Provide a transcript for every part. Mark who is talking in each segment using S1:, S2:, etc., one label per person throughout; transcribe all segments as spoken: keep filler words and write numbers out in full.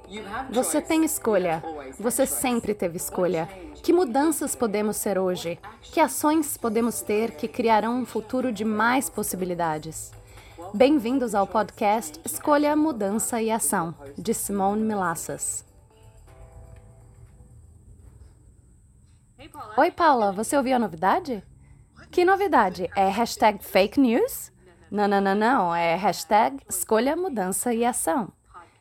S1: Você tem escolha. Você sempre teve escolha. Que mudanças podemos ser hoje? Que ações podemos ter que criarão um futuro de mais possibilidades? Bem-vindos ao podcast Escolha, Mudança e Ação, de Simone Milassas. Oi, Paula, você ouviu a novidade? Que novidade? É hashtag fake news? Não, não, não, não. É hashtag Escolha, Mudança e Ação.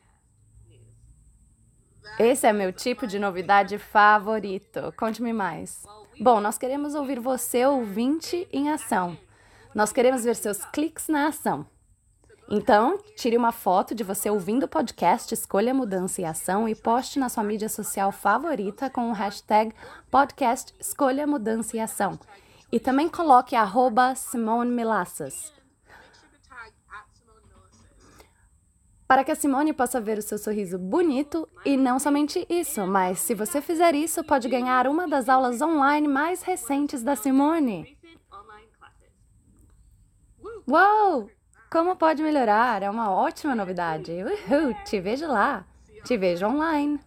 S1: Esse é meu tipo de novidade favorito. Conte-me mais. Bom, nós queremos ouvir você, ouvinte, em ação. Nós queremos ver seus cliques na ação. Então, tire uma foto de você ouvindo o podcast Escolha, Mudança e Ação e poste na sua mídia social favorita com o hashtag podcast Escolha, Mudança e Ação. E também coloque arroba Simone Milassas. Para que a Simone possa ver o seu sorriso bonito e não somente isso, mas se você fizer isso, pode ganhar uma das aulas online mais recentes da Simone. Uau! Como pode melhorar? É uma ótima novidade. Uhul! Te vejo lá. Te vejo online.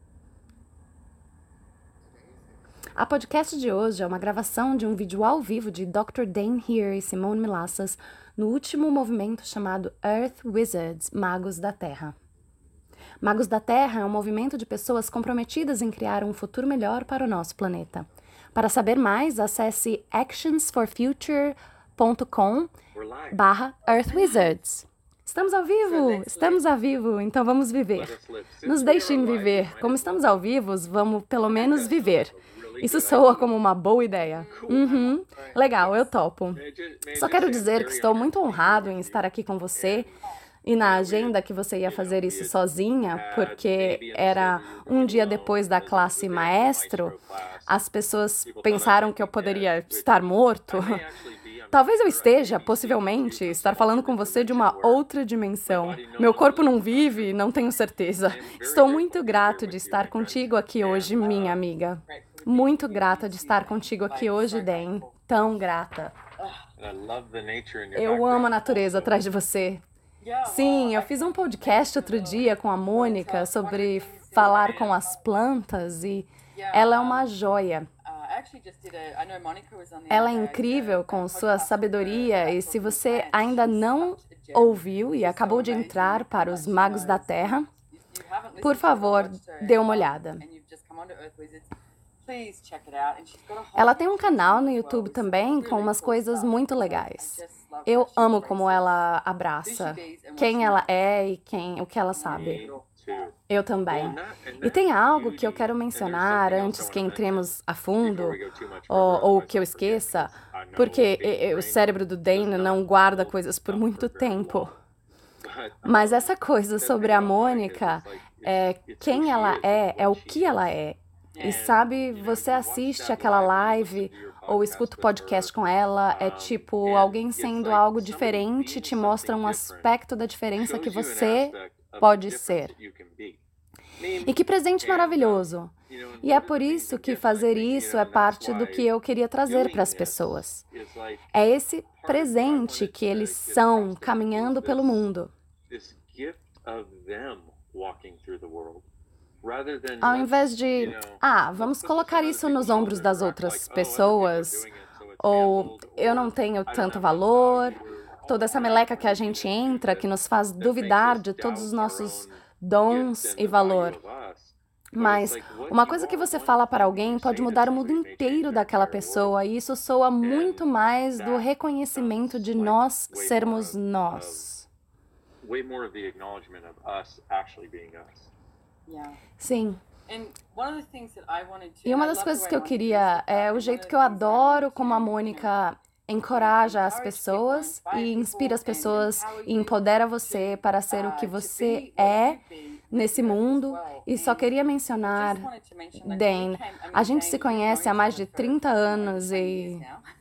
S1: A podcast de hoje é uma gravação de um vídeo ao vivo de doutor Dain Heer e Simone Milassas no último movimento chamado Earth Wizards, Magos da Terra. Magos da Terra é um movimento de pessoas comprometidas em criar um futuro melhor para o nosso planeta. Para saber mais, acesse actions for future ponto com barra Earth Wizards. Estamos ao vivo! Estamos ao vivo, então vamos viver. Nos deixem viver. Como estamos ao vivo, vamos pelo menos viver. Isso soa como uma boa ideia. Uhum. Legal, eu topo. Só quero dizer que estou muito honrado em estar aqui com você e na agenda que você ia fazer isso sozinha, porque era um dia depois da classe maestro, as pessoas pensaram que eu poderia estar morto. Talvez eu esteja, possivelmente, estar falando com você de uma outra dimensão. Meu corpo não vive, não tenho certeza. Estou muito grato de estar contigo aqui hoje, minha amiga. Muito grata de estar contigo aqui hoje, Dain. Tão grata. Eu amo a natureza atrás de você. Sim, eu fiz um podcast outro dia com a Mônica sobre falar com as plantas e ela é uma joia. Ela é incrível com sua sabedoria e se você ainda não ouviu e acabou de entrar para os Magos da Terra, por favor, dê uma olhada. Ela tem um canal no YouTube também com umas coisas muito legais. Eu amo como ela abraça quem ela é e quem, o que ela sabe. Eu também. E tem algo que eu quero mencionar antes que entremos a fundo, ou, ou que eu esqueça, porque o cérebro do Dain não guarda coisas por muito tempo. Mas essa coisa sobre a Mônica, é quem ela é, é o que ela é. E sabe, você assiste aquela live ou escuta o podcast com ela, é tipo alguém sendo algo diferente, te mostra um aspecto da diferença que você pode ser. E que presente maravilhoso! E é por isso que fazer isso é parte do que eu queria trazer para as pessoas. É esse presente que eles são caminhando pelo mundo. Ao invés de, ah, vamos colocar isso nos ombros das outras pessoas, ou eu não tenho tanto valor, toda essa meleca que a gente entra, que nos faz duvidar de todos os nossos dons e valor. Mas uma coisa que você fala para alguém pode mudar o mundo inteiro daquela pessoa, e isso soa muito mais do reconhecimento de nós sermos nós. Sim. E uma das coisas que eu queria é o jeito que eu adoro como a Mônica encoraja as pessoas e inspira as pessoas e empodera você para ser o que você é nesse mundo. E só queria mencionar, Dain, a gente se conhece há mais de trinta anos e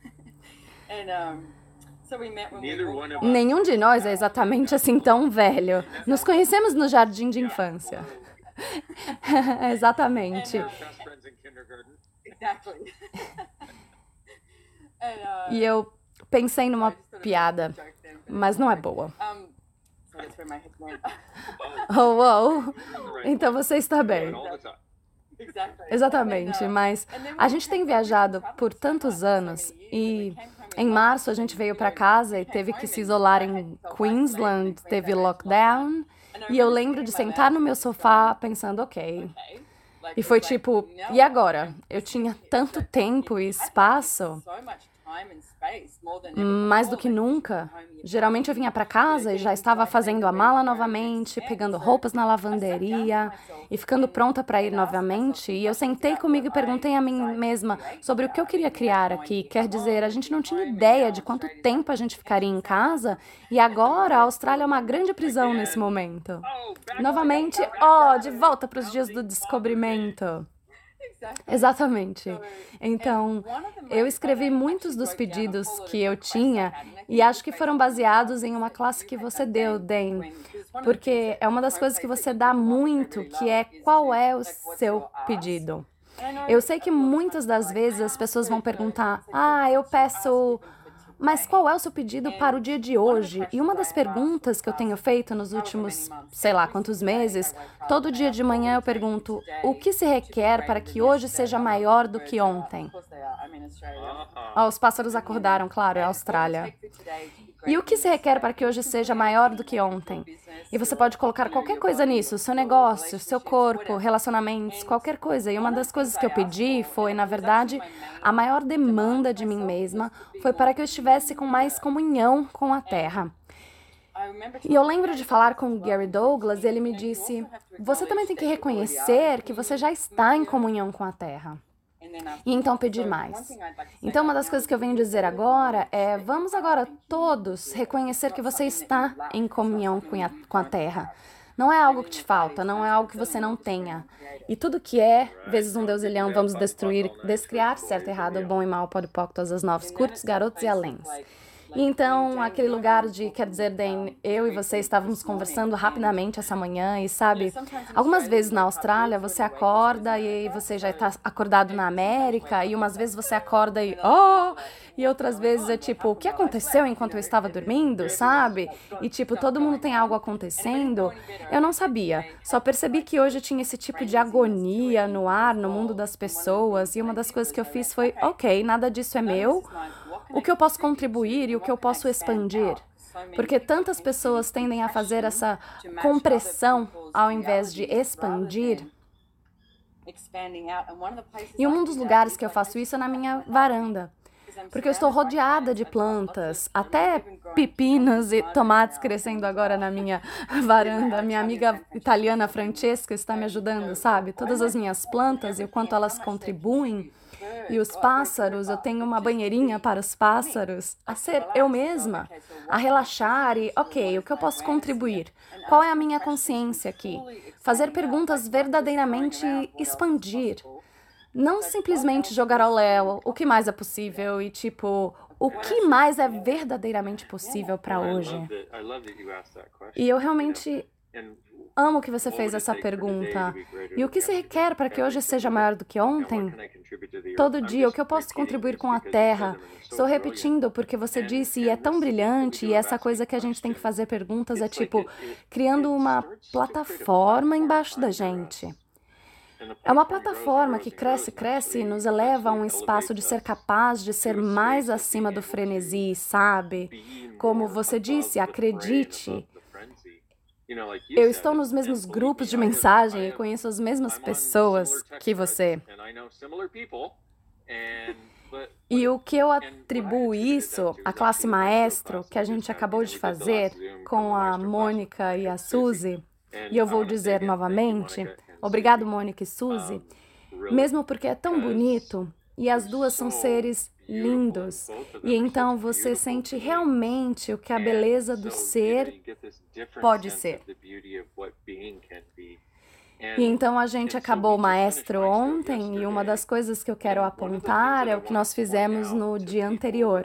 S1: nenhum de nós é exatamente assim tão velho. Nos conhecemos no jardim de infância. Exatamente. E eu pensei numa piada, mas não é boa. Oh, wow. Então você está bem. Exatamente, mas a gente tem viajado por tantos anos e em março a gente veio para casa e teve que se isolar em Queensland, teve lockdown, e eu lembro de sentar no meu sofá pensando, ok. E foi tipo, e agora? Eu tinha tanto tempo e espaço, mais do que nunca. Geralmente eu vinha para casa e já estava fazendo a mala novamente, pegando roupas na lavanderia e ficando pronta para ir novamente. E eu sentei comigo e perguntei a mim mesma sobre o que eu queria criar aqui. Quer dizer, a gente não tinha ideia de quanto tempo a gente ficaria em casa e agora a Austrália é uma grande prisão nesse momento. Novamente, ó, oh, de volta para os dias do descobrimento. Exatamente. Então, eu escrevi muitos dos pedidos que eu tinha e acho que foram baseados em uma classe que você deu, Dan, porque é uma das coisas que você dá muito, que é qual é o seu pedido. Eu sei que muitas das vezes as pessoas vão perguntar, ah, eu peço... Mas qual é o seu pedido para o dia de hoje? E uma das perguntas que eu tenho feito nos últimos, sei lá, quantos meses, todo dia de manhã eu pergunto, o que se requer para que hoje seja maior do que ontem? Oh, os pássaros acordaram, claro, é a Austrália. E o que se requer para que hoje seja maior do que ontem? E você pode colocar qualquer coisa nisso, seu negócio, seu corpo, relacionamentos, qualquer coisa. E uma das coisas que eu pedi foi, na verdade, a maior demanda de mim mesma foi para que eu estivesse com mais comunhão com a Terra. E eu lembro de falar com o Gary Douglas e ele me disse, você também tem que reconhecer que você já está em comunhão com a Terra. E então pedir mais. Então, uma das coisas que eu venho dizer agora é, vamos agora todos reconhecer que você está em comunhão com a, com a Terra. Não é algo que te falta, não é algo que você não tenha. E tudo que é, vezes um Deus ilhão, vamos destruir, descriar, certo, errado, bom e mal, pode pouco, todas as novas, curtos, garotos e aléns. E então, aquele lugar de, quer dizer, Dan, eu e você estávamos conversando rapidamente essa manhã e, sabe, algumas vezes na Austrália você acorda e você já está acordado na América e umas vezes você acorda e, oh, e outras vezes é tipo, o que aconteceu enquanto eu estava dormindo, sabe? E tipo, todo mundo tem algo acontecendo. Eu não sabia, só percebi que hoje tinha esse tipo de agonia no ar, no mundo das pessoas, e uma das coisas que eu fiz foi, ok, nada disso é meu. O que eu posso contribuir e o que eu posso expandir? Porque tantas pessoas tendem a fazer essa compressão ao invés de expandir. E um dos lugares que eu faço isso é na minha varanda. Porque eu estou rodeada de plantas, até pepinos e tomates crescendo agora na minha varanda. Minha amiga italiana Francesca está me ajudando, sabe? Todas as minhas plantas e o quanto elas contribuem. E os pássaros, eu tenho uma banheirinha para os pássaros, a ser eu mesma, a relaxar e, ok, o que eu posso contribuir? Qual é a minha consciência aqui? Fazer perguntas verdadeiramente expandir. Não simplesmente jogar ao léu, o que mais é possível e tipo, o que mais é verdadeiramente possível para hoje? E eu realmente amo que você fez essa pergunta. E o que se requer para que hoje seja maior do que ontem? Todo dia, o que eu posso contribuir com a Terra? Estou repetindo porque você disse, e é tão brilhante, e essa coisa que a gente tem que fazer perguntas é tipo, criando uma plataforma embaixo da gente. É uma plataforma que cresce, cresce e nos eleva a um espaço de ser capaz de ser mais acima do frenesi, sabe? Como você disse, acredite. Eu estou nos mesmos grupos de mensagem e conheço as mesmas pessoas que você. E o que eu atribuo isso à classe maestro que a gente acabou de fazer com a Mônica e a Suzy, e eu vou dizer novamente, obrigado Mônica e Suzy, mesmo porque é tão bonito e as duas são seres lindos. E então você sente realmente o que a beleza do ser pode ser. E então a gente acabou o Maestro ontem e uma das coisas que eu quero apontar é o que nós fizemos no dia anterior.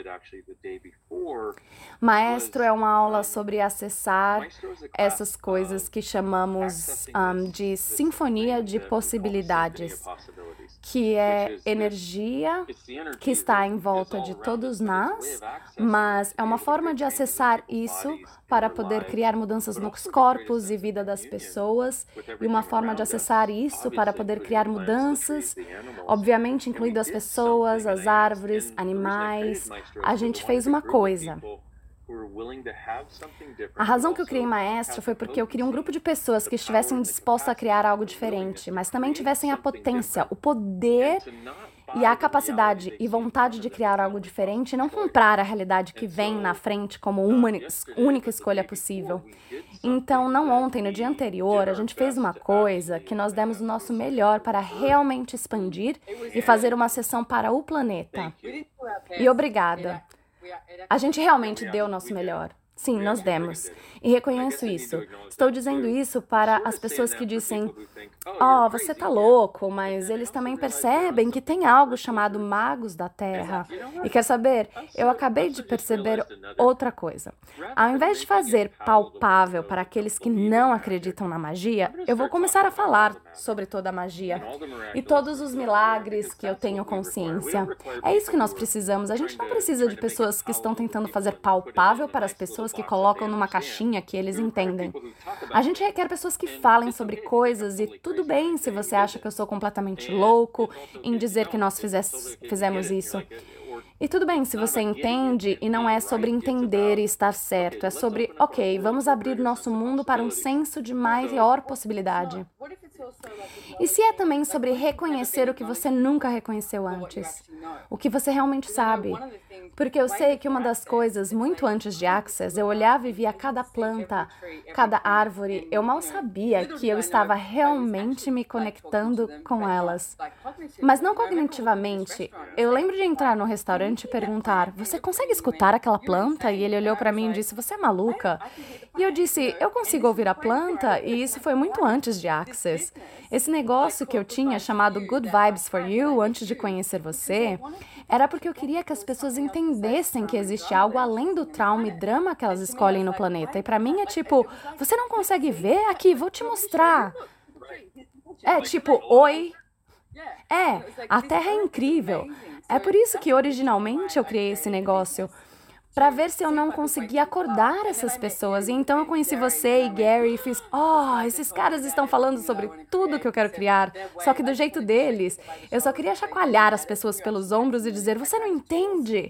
S1: Maestro é uma aula sobre acessar essas coisas que chamamos um, de sinfonia de possibilidades, que é energia que está em volta de todos nós, mas é uma forma de acessar isso para poder criar mudanças nos corpos e vida das pessoas, e uma forma de acessar isso para poder criar mudanças, obviamente incluindo as pessoas, as árvores, animais. A gente fez uma coisa. A razão que eu criei Maestro foi porque eu queria um grupo de pessoas que estivessem dispostas a criar algo diferente, mas também tivessem a potência, o poder e a capacidade e vontade de criar algo diferente e não comprar a realidade que vem na frente como uma única escolha possível. Então, não ontem, no dia anterior, a gente fez uma coisa que nós demos o nosso melhor para realmente expandir e fazer uma sessão para o planeta. E obrigada. A gente realmente deu o nosso melhor. Sim, nós demos. E reconheço isso. Estou dizendo isso para as pessoas que dizem, oh, você tá louco, mas eles também percebem que tem algo chamado Magos da Terra. E quer saber? Eu acabei de perceber outra coisa. Ao invés de fazer palpável para aqueles que não acreditam na magia, eu vou começar a falar sobre toda a magia e todos os milagres que eu tenho consciência. É isso que nós precisamos. A gente não precisa de pessoas que estão tentando fazer palpável para as pessoas que colocam numa caixinha que eles entendem. A gente requer pessoas que falem sobre coisas e tudo bem se você acha que eu sou completamente louco em dizer que nós fizes, fizemos isso. E tudo bem se você entende e não é sobre entender e estar certo, é sobre, ok, vamos abrir nosso mundo para um senso de maior possibilidade. E se é também sobre reconhecer o que você nunca reconheceu antes? O que você realmente sabe? Porque eu sei que uma das coisas, muito antes de Access, eu olhava e via cada planta, cada árvore, eu mal sabia que eu estava realmente me conectando com elas. Mas não cognitivamente. Eu lembro de entrar no restaurante e perguntar, você consegue escutar aquela planta? E ele olhou para mim e disse, você é maluca? E eu disse, eu consigo ouvir a planta? E isso foi muito antes de Access. Esse negócio que eu tinha chamado Good Vibes for You, antes de conhecer você, era porque eu queria que as pessoas entendessem que existe algo além do trauma e drama que elas escolhem no planeta. E pra mim é tipo, você não consegue ver? Aqui, vou te mostrar. É tipo, oi. É, a Terra é incrível. É por isso que originalmente eu criei esse negócio, para ver se eu não conseguia acordar essas pessoas. E então eu conheci você e Gary e fiz, oh, esses caras estão falando sobre tudo que eu quero criar, só que do jeito deles. Eu só queria chacoalhar as pessoas pelos ombros e dizer, você não entende?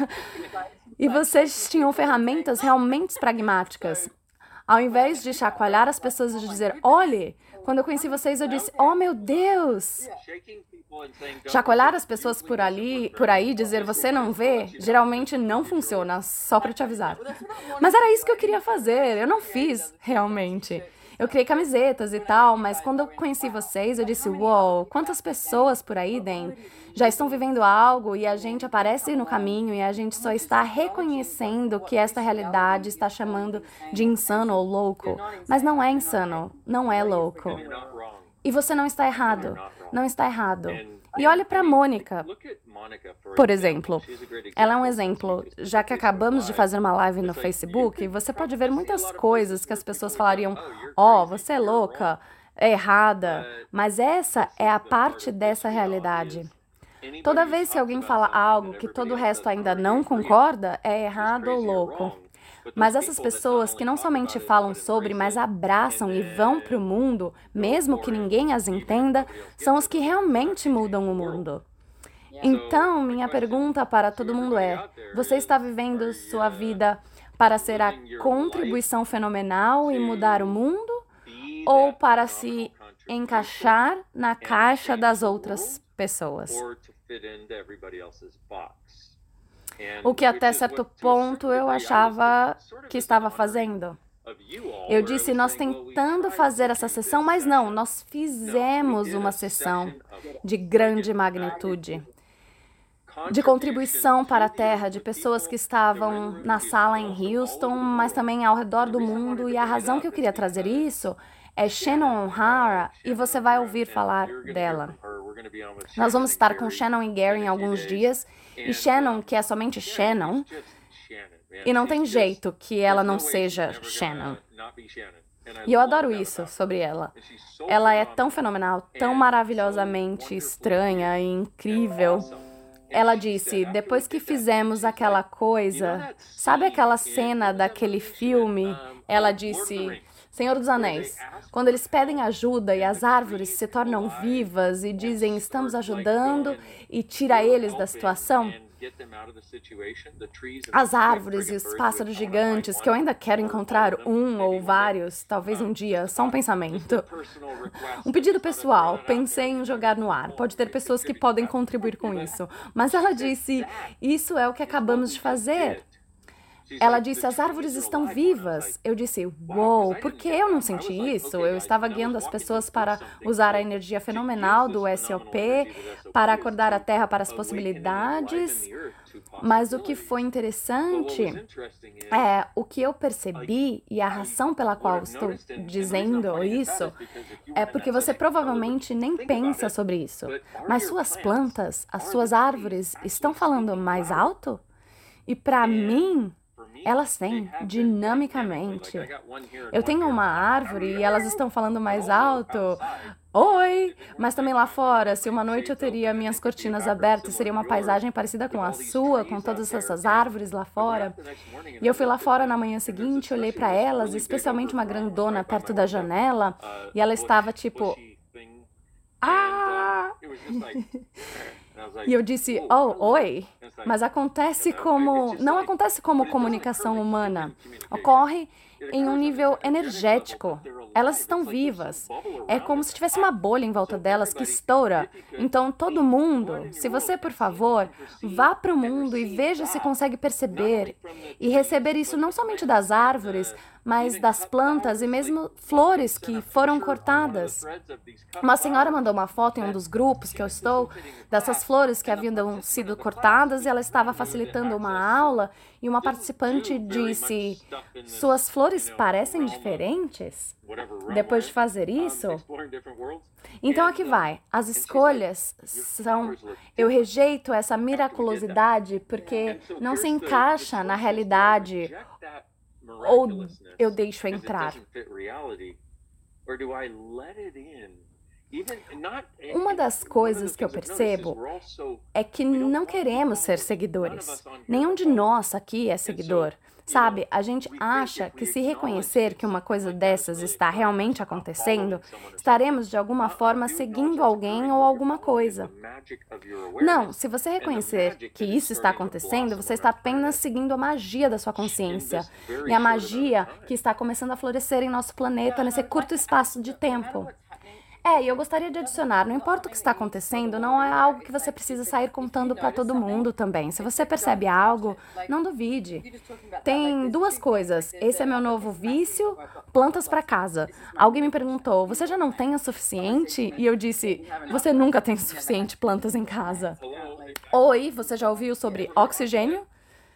S1: E vocês tinham ferramentas realmente pragmáticas. Ao invés de chacoalhar as pessoas e dizer, olhe, quando eu conheci vocês eu disse, oh meu Deus! Chacoalhar as pessoas por ali, por aí, dizer você não vê, geralmente não funciona, só para te avisar. Mas era isso que eu queria fazer, eu não fiz, realmente. Eu criei camisetas e tal, mas quando eu conheci vocês, eu disse, uou, quantas pessoas por aí, Dan, já estão vivendo algo e a gente aparece no caminho e a gente só está reconhecendo que esta realidade está chamando de insano ou louco. Mas não é insano, não é louco. E você não está errado, não está errado. E olhe para Mônica, por exemplo. Ela é um exemplo. Já que acabamos de fazer uma live no Facebook, você pode ver muitas coisas que as pessoas falariam, ó, oh, você é louca, é errada. Mas essa é a parte dessa realidade. Toda vez que alguém fala algo que todo o resto ainda não concorda, é errado ou louco. Mas essas pessoas que não somente falam sobre, mas abraçam e vão para o mundo, mesmo que ninguém as entenda, são os que realmente mudam o mundo. Então, minha pergunta para todo mundo é, você está vivendo sua vida para ser a contribuição fenomenal e mudar o mundo? Ou para se encaixar na caixa das outras pessoas? O que até certo ponto eu achava que estava fazendo. Eu disse, nós tentando fazer essa sessão, mas não, nós fizemos uma sessão de grande magnitude, de contribuição para a Terra, de pessoas que estavam na sala em Houston, mas também ao redor do mundo, e a razão que eu queria trazer isso é Shannon O'Hara, e você vai ouvir falar dela. Nós vamos estar com Shannon e Gary em alguns dias, e Shannon, que é somente Shannon, e não tem jeito que ela não seja Shannon. E eu adoro isso sobre ela. Ela é tão fenomenal, tão maravilhosamente estranha e incrível. Ela disse, depois que fizemos aquela coisa, sabe aquela cena daquele filme? Ela disse, Senhor dos Anéis, quando eles pedem ajuda e as árvores se tornam vivas e dizem, estamos ajudando e tira eles da situação. As árvores e os pássaros gigantes, que eu ainda quero encontrar um ou vários, talvez um dia, só um pensamento. Um pedido pessoal, pensei em jogar no ar. Pode ter pessoas que podem contribuir com isso. Mas ela disse, isso é o que acabamos de fazer. Ela disse, as árvores estão vivas. Eu disse, uou, por que eu não senti isso? Eu estava guiando as pessoas para usar a energia fenomenal do S O P, para acordar a Terra para as possibilidades. Mas o que foi interessante é o que eu percebi, e a razão pela qual estou dizendo isso, é porque você provavelmente nem pensa sobre isso. Mas suas plantas, as suas árvores, estão falando mais alto? E para mim, elas têm, dinamicamente. Eu tenho uma árvore e elas estão falando mais alto. Oi! Mas também lá fora, se uma noite eu teria minhas cortinas abertas, seria uma paisagem parecida com a sua, com todas essas árvores lá fora. E eu fui lá fora na manhã seguinte, olhei para elas, especialmente uma grandona perto da janela, e ela estava tipo... Ah! E eu disse, oh, oi, mas acontece como, não acontece como comunicação humana, ocorre em um nível energético. Elas estão vivas. É como se tivesse uma bolha em volta delas que estoura. Então, todo mundo, se você, por favor, vá para o mundo e veja se consegue perceber e receber isso não somente das árvores, mas das plantas e mesmo flores que foram cortadas. Uma senhora mandou uma foto em um dos grupos que eu estou, dessas flores que haviam sido cortadas, e ela estava facilitando uma aula, e uma participante disse, suas flores parecem diferentes? Depois de fazer isso? Então aqui vai, as escolhas são, eu rejeito essa miraculosidade porque não se encaixa na realidade, ou eu deixo entrar. Uma das coisas que eu percebo é que não queremos ser seguidores. Nenhum de nós aqui é seguidor. Sabe, a gente acha que se reconhecer que uma coisa dessas está realmente acontecendo, estaremos de alguma forma seguindo alguém ou alguma coisa. Não, se você reconhecer que isso está acontecendo, você está apenas seguindo a magia da sua consciência. E a magia que está começando a florescer em nosso planeta nesse curto espaço de tempo. É, e eu gostaria de adicionar, não importa o que está acontecendo, não é algo que você precisa sair contando para todo mundo também. Se você percebe algo, não duvide. Tem duas coisas. Esse é meu novo vício, plantas para casa. Alguém me perguntou, você já não tem o suficiente? E eu disse, você nunca tem o suficiente plantas em casa. Oi, você já ouviu sobre oxigênio?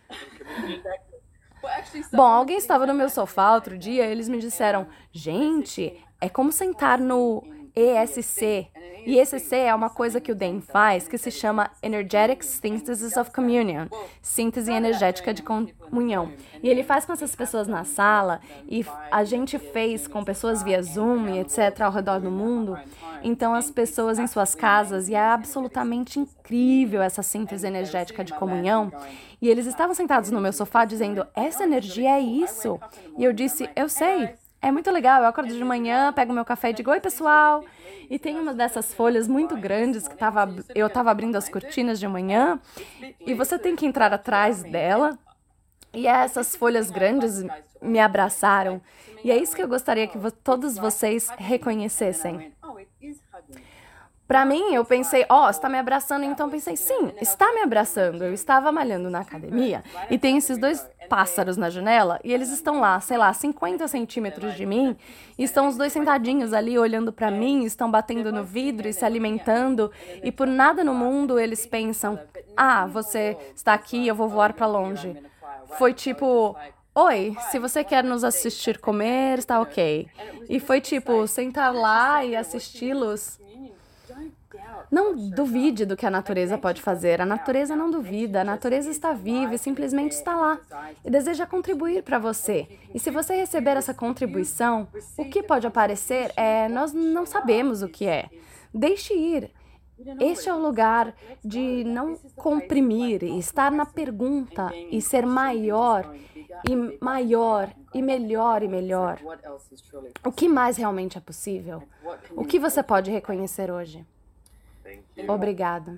S1: Bom, alguém estava no meu sofá outro dia e eles me disseram, gente, é como sentar no E S C. E E S C é uma coisa que o Dan faz que se chama Energetic Synthesis of Communion, síntese energética de comunhão. E ele faz com essas pessoas na sala, e a gente fez com pessoas via Zoom e etcétera ao redor do mundo. Então as pessoas em suas casas, e é absolutamente incrível essa síntese energética de comunhão. E eles estavam sentados no meu sofá dizendo, essa energia é isso. E eu disse, eu sei. É muito legal, eu acordo de manhã, pego meu café e digo, oi pessoal, e tem uma dessas folhas muito grandes que tava, eu estava abrindo as cortinas de manhã, e você tem que entrar atrás dela, e essas folhas grandes me abraçaram, e é isso que eu gostaria que vo- todos vocês reconhecessem. Pra mim, eu pensei, ó, oh, está me abraçando, então pensei, sim, está me abraçando. Eu estava malhando na academia e tem esses dois pássaros na janela e eles estão lá, sei lá, cinquenta centímetros de mim e estão os dois sentadinhos ali olhando pra mim, estão batendo no vidro e se alimentando e por nada no mundo eles pensam, ah, você está aqui, eu vou voar pra longe. Foi tipo... Oi, se você quer nos assistir comer, está ok. E foi tipo, sentar lá e assisti-los. Não duvide do que a natureza pode fazer. A natureza não duvida, a natureza está viva e simplesmente está lá e deseja contribuir para você. E se você receber essa contribuição, o que pode aparecer é nós não sabemos o que é. Deixe ir. Este é o lugar de não comprimir, estar na pergunta e ser maior e maior e melhor e melhor. O que mais realmente é possível? O que você pode reconhecer hoje? Obrigada.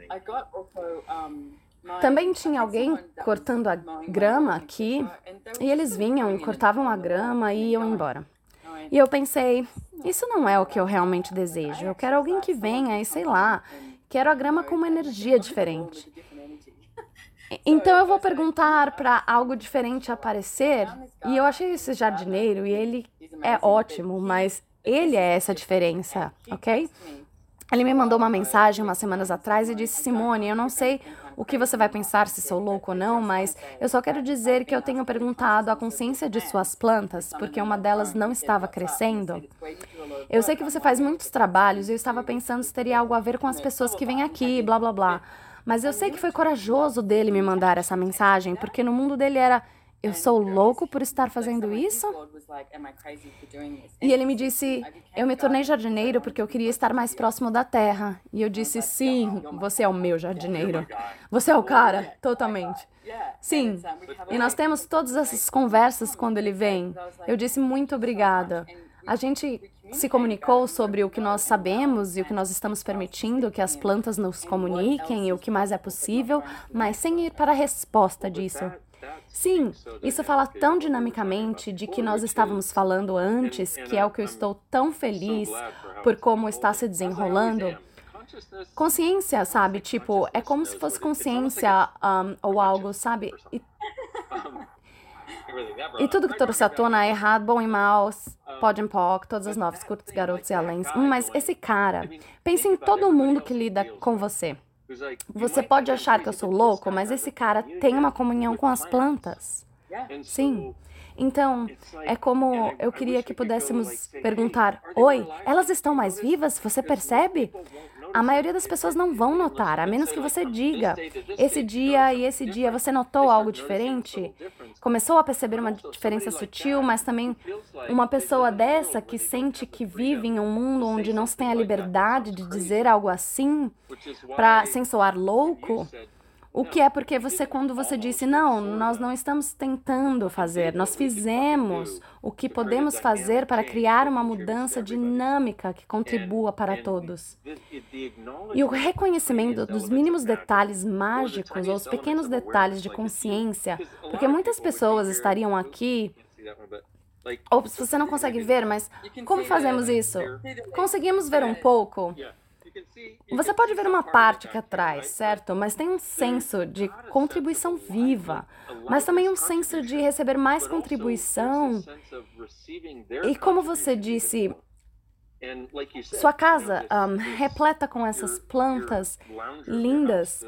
S1: Também tinha alguém cortando a grama aqui, e eles vinham e cortavam a grama e iam embora. E eu pensei, isso não é o que eu realmente desejo. Eu quero alguém que venha e, sei lá, quero a grama com uma energia diferente. Então eu vou perguntar para algo diferente aparecer, e eu achei esse jardineiro, e ele é ótimo, mas ele é essa diferença, ok? Ele me mandou uma mensagem umas semanas atrás e disse, Simone, eu não sei o que você vai pensar, se sou louco ou não, mas eu só quero dizer que eu tenho perguntado a consciência de suas plantas, porque uma delas não estava crescendo. Eu sei que você faz muitos trabalhos e eu estava pensando se teria algo a ver com as pessoas que vêm aqui, blá, blá, blá. Mas eu sei que foi corajoso dele me mandar essa mensagem, porque no mundo dele era... Eu sou louco por estar fazendo isso? E ele me disse, eu me tornei jardineiro porque eu queria estar mais próximo da terra. E eu disse, sim, você é o meu jardineiro. Você é o cara, totalmente. Sim, e nós temos todas essas conversas quando ele vem. Eu disse, muito obrigada. A gente se comunicou sobre o que nós sabemos e o que nós estamos permitindo que as plantas nos comuniquem e o que mais é possível, mas sem ir para a resposta disso. Sim, isso fala tão dinamicamente de que nós estávamos falando antes, que é o que eu estou tão feliz por como está se desenrolando. Consciência, sabe? Tipo, é como se fosse consciência um, ou algo, sabe? E, e tudo que trouxe à tona é errado, bom e mal, pod and poc, todas as novas, curtos, garotos e além. Mas esse cara, pense em todo mundo que lida com você. Você pode achar que eu sou louco, mas esse cara tem uma comunhão com as plantas. Sim. Então, é como eu queria que pudéssemos perguntar, oi, elas estão mais vivas? Você percebe? A maioria das pessoas não vão notar, a menos que você diga, esse dia e esse dia você notou algo diferente? Começou a perceber uma diferença sutil, mas também uma pessoa dessa que sente que vive em um mundo onde não se tem a liberdade de dizer algo assim, para sem soar louco? O que é porque você, quando você disse, não, nós não estamos tentando fazer, nós fizemos o que podemos fazer para criar uma mudança dinâmica que contribua para todos. E o reconhecimento dos mínimos detalhes mágicos, ou os pequenos detalhes de consciência, porque muitas pessoas estariam aqui, ou se você não consegue ver, mas como fazemos isso? Conseguimos ver um pouco? Você pode ver uma parte aqui atrás, certo? Mas tem um senso de contribuição viva, mas também um senso de receber mais contribuição. E como você disse, sua casa um, repleta com essas plantas lindas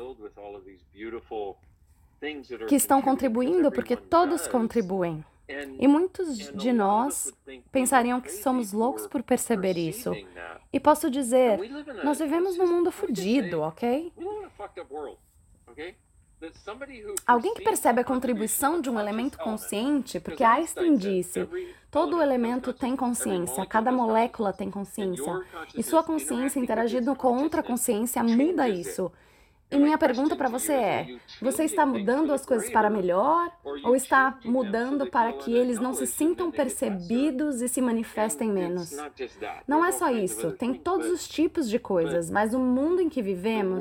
S1: que estão contribuindo, porque todos contribuem. E muitos de nós pensariam que somos loucos por perceber isso. E posso dizer, nós vivemos num mundo fodido, ok? Alguém que percebe a contribuição de um elemento consciente, porque Einstein disse, todo elemento tem consciência, cada molécula tem consciência, e sua consciência interagindo com outra consciência muda isso. E minha pergunta para você é, você está mudando as coisas para melhor ou está mudando para que eles não se sintam percebidos e se manifestem menos? Não é só isso, tem todos os tipos de coisas, mas o mundo em que vivemos,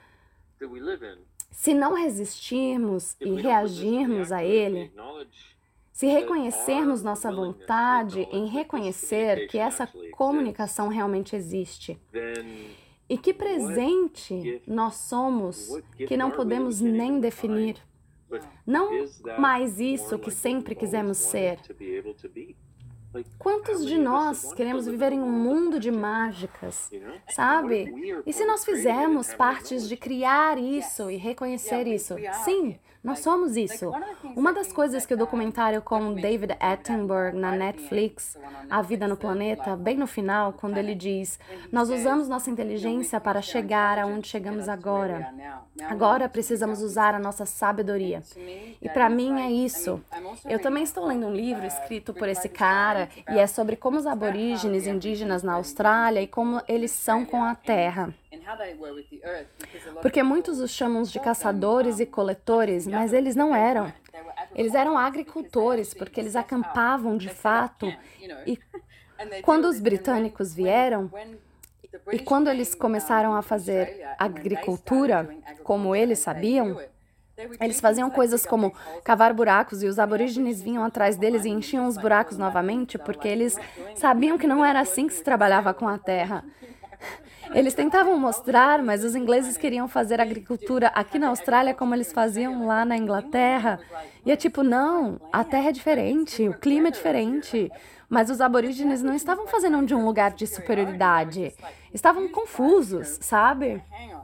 S1: se não resistirmos e reagirmos a ele, se reconhecermos nossa vontade em reconhecer que essa comunicação realmente existe, e que presente nós somos que não podemos nem definir. Não mais isso que sempre quisemos ser. Quantos de nós queremos viver em um mundo de mágicas, sabe? E se nós fizermos partes de criar isso e reconhecer isso? Sim, nós somos isso. Uma das coisas que o documentário com David Attenborough na Netflix, A Vida no Planeta, bem no final, quando ele diz: nós usamos nossa inteligência para chegar aonde chegamos agora. Agora precisamos usar a nossa sabedoria. E para mim é isso. Eu também estou lendo um livro escrito por esse cara e é sobre como os aborígenes indígenas na Austrália e como eles são com a terra. Porque muitos os chamam de caçadores e coletores, mas eles não eram. Eles eram agricultores, porque eles acampavam de fato. E quando os britânicos vieram, e quando eles começaram a fazer agricultura, como eles sabiam, eles faziam coisas como cavar buracos e os aborígenes vinham atrás deles e enchiam os buracos novamente, porque eles sabiam que não era assim que se trabalhava com a terra. Eles tentavam mostrar, mas os ingleses queriam fazer agricultura aqui na Austrália como eles faziam lá na Inglaterra. E é tipo, não, a terra é diferente, o clima é diferente. Mas os aborígenes não estavam fazendo de um lugar de superioridade. Estavam confusos, sabe?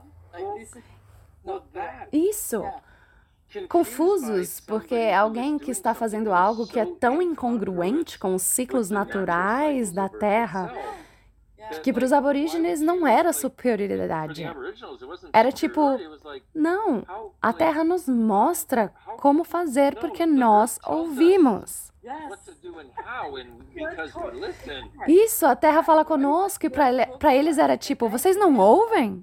S1: Isso. Confusos, porque alguém que está fazendo algo que é tão incongruente com os ciclos naturais da terra, que para os aborígenes não era superioridade. Era tipo, não, a terra nos mostra como fazer porque nós ouvimos. Isso, a terra fala conosco e para eles era tipo, vocês não ouvem?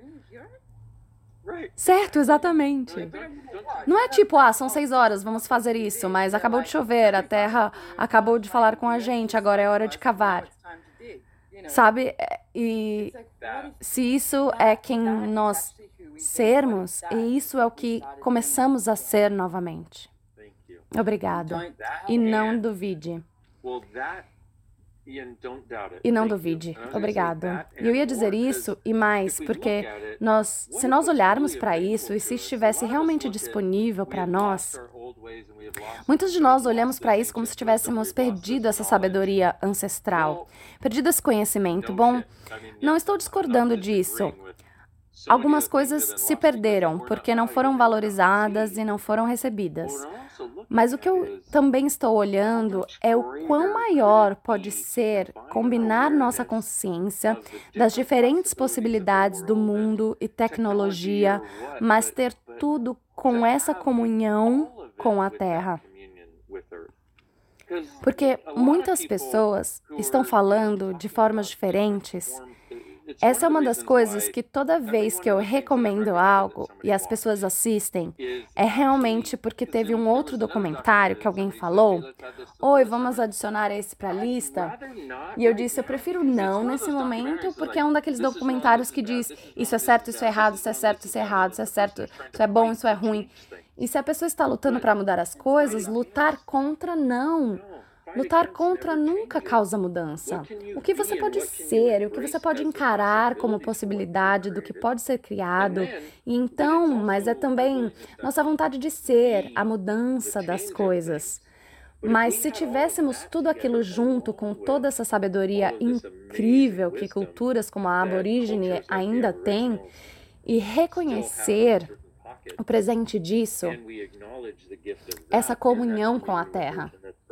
S1: Certo, exatamente. Não é tipo, ah, são seis horas, vamos fazer isso, mas acabou de chover, a terra acabou de falar com a gente, agora é hora de cavar. Sabe? E se isso é quem nós sermos, e isso é o que começamos a ser novamente. Obrigado. E não duvide. E não duvide. Obrigado. E eu ia dizer isso e mais, porque nós, se nós olharmos para isso e se estivesse realmente disponível para nós, muitos de nós olhamos para isso como se tivéssemos perdido essa sabedoria ancestral, perdido esse conhecimento. Bom, não estou discordando disso. Algumas coisas se perderam porque não foram valorizadas e não foram recebidas. Mas o que eu também estou olhando é o quão maior pode ser combinar nossa consciência das diferentes possibilidades do mundo e tecnologia, mas ter tudo com essa comunhão com a Terra. Porque muitas pessoas estão falando de formas diferentes. Essa é uma das coisas que toda vez que eu recomendo algo e as pessoas assistem, é realmente porque teve um outro documentário que alguém falou, oi, vamos adicionar esse para a lista? E eu disse, eu prefiro não nesse momento, porque é um daqueles documentários que diz, isso é certo, isso é errado, isso é certo, isso é errado, isso é certo, isso é bom, isso é ruim. E se a pessoa está lutando para mudar as coisas, lutar contra não. Lutar contra nunca causa mudança. O que você pode ser, o que você pode encarar como possibilidade do que pode ser criado. E então, mas é também nossa vontade de ser, a mudança das coisas. Mas se tivéssemos tudo aquilo junto com toda essa sabedoria incrível que culturas como a aborígene ainda têm, e reconhecer o presente disso, essa comunhão com a Terra.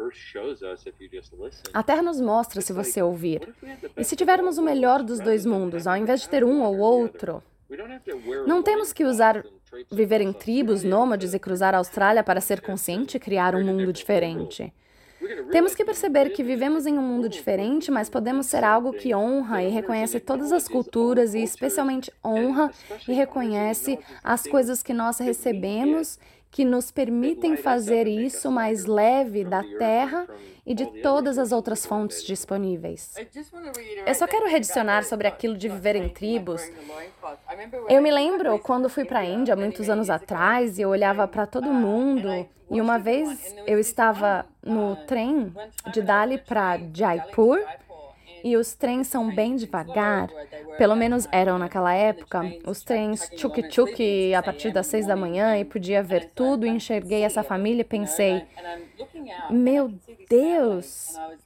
S1: A Terra nos mostra se você ouvir. E se tivermos o melhor dos dois mundos, ao invés de ter um ou outro, não temos que usar viver em tribos, nômades e cruzar a Austrália para ser consciente e criar um mundo diferente. Temos que perceber que vivemos em um mundo diferente, mas podemos ser algo que honra e reconhece todas as culturas e especialmente honra e reconhece as coisas que nós recebemos, que nos permitem fazer isso mais leve da terra e de todas as outras fontes disponíveis. Eu só quero adicionar sobre aquilo de viver em tribos. Eu me lembro quando fui para a Índia, muitos anos atrás, e eu olhava para todo mundo, e uma vez eu estava no trem de Delhi para Jaipur, e os trens são bem devagar, pelo menos eram naquela época, os trens tchuk-tchuk a partir das seis da manhã e podia ver tudo, e enxerguei essa família e pensei, meu Deus,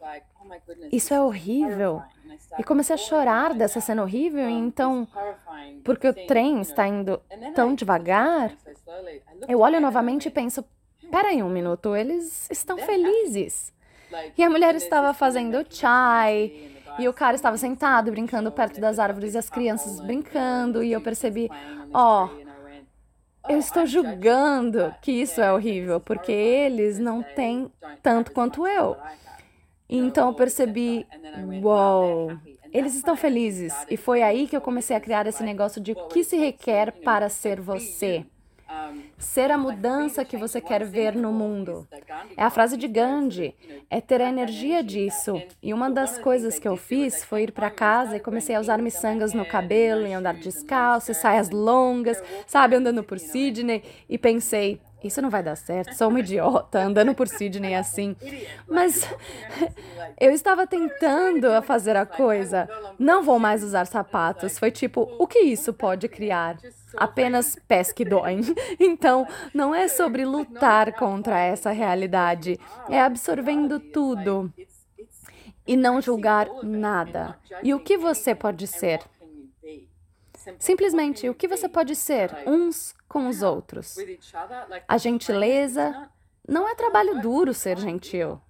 S1: isso é horrível. E comecei a chorar dessa cena horrível, e então, porque o trem está indo tão devagar, eu olho novamente e penso, peraí um minuto, eles estão felizes. E a mulher estava fazendo chai, e o cara estava sentado brincando perto das árvores, e as crianças brincando, e eu percebi, ó, eu estou julgando que isso é horrível, porque eles não têm tanto quanto eu. E então eu percebi, uau, eles estão felizes. E foi aí que eu comecei a criar esse negócio de o que se requer para ser você. Ser a mudança que você quer ver no mundo. É a frase de Gandhi, é ter a energia disso. E uma das coisas que eu fiz foi ir para casa e comecei a usar miçangas no cabelo, e andar descalço, e saias longas, sabe, andando por Sydney. E pensei, isso não vai dar certo, sou uma idiota, andando por Sydney assim. Mas eu estava tentando a fazer a coisa. Não vou mais usar sapatos. Foi tipo, o que isso pode criar? Apenas pés que doem. Então, não é sobre lutar contra essa realidade. É absorvendo tudo e não julgar nada. E o que você pode ser? Simplesmente, o que você pode ser uns com os outros. A gentileza não é trabalho duro ser gentil.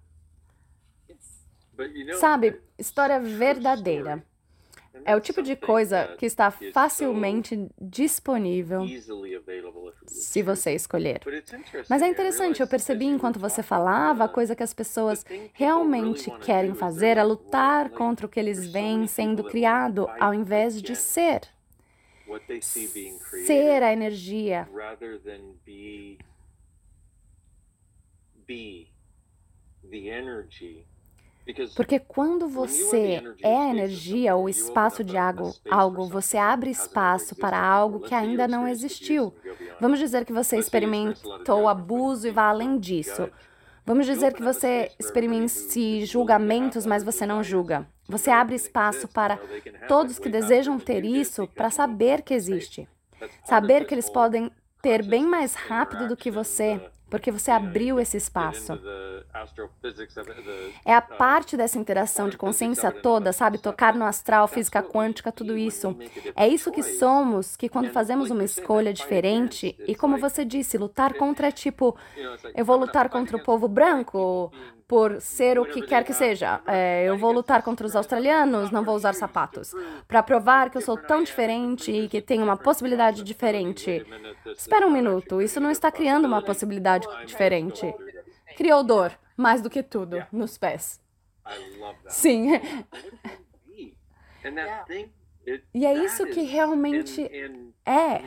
S1: Sabe, história verdadeira. É o tipo de coisa que está facilmente disponível se você escolher. Mas é interessante, eu percebi enquanto você falava, a coisa que as pessoas realmente querem fazer é lutar contra o que eles veem sendo criado, ao invés de ser. Ser a energia. Porque quando você é a energia ou espaço de algo, algo, você abre espaço para algo que ainda não existiu. Vamos dizer que você experimentou abuso e vá além disso. Vamos dizer que você experimente julgamentos, mas você não julga. Você abre espaço para todos que desejam ter isso para saber que existe. Saber que eles podem ter bem mais rápido do que você, porque você abriu esse espaço. É a parte dessa interação de consciência toda, sabe? Tocar no astral, física quântica, tudo isso. É isso que somos, que quando fazemos uma escolha diferente, e como você disse, lutar contra é tipo, eu vou lutar contra o povo branco por ser o que quer que seja. É, eu vou lutar contra os australianos, não vou usar sapatos. Para provar que eu sou tão diferente e que tenho uma possibilidade diferente. Espera um minuto, isso não está criando uma possibilidade diferente. Criou dor, mais do que tudo, nos pés. Sim. E é isso que realmente é.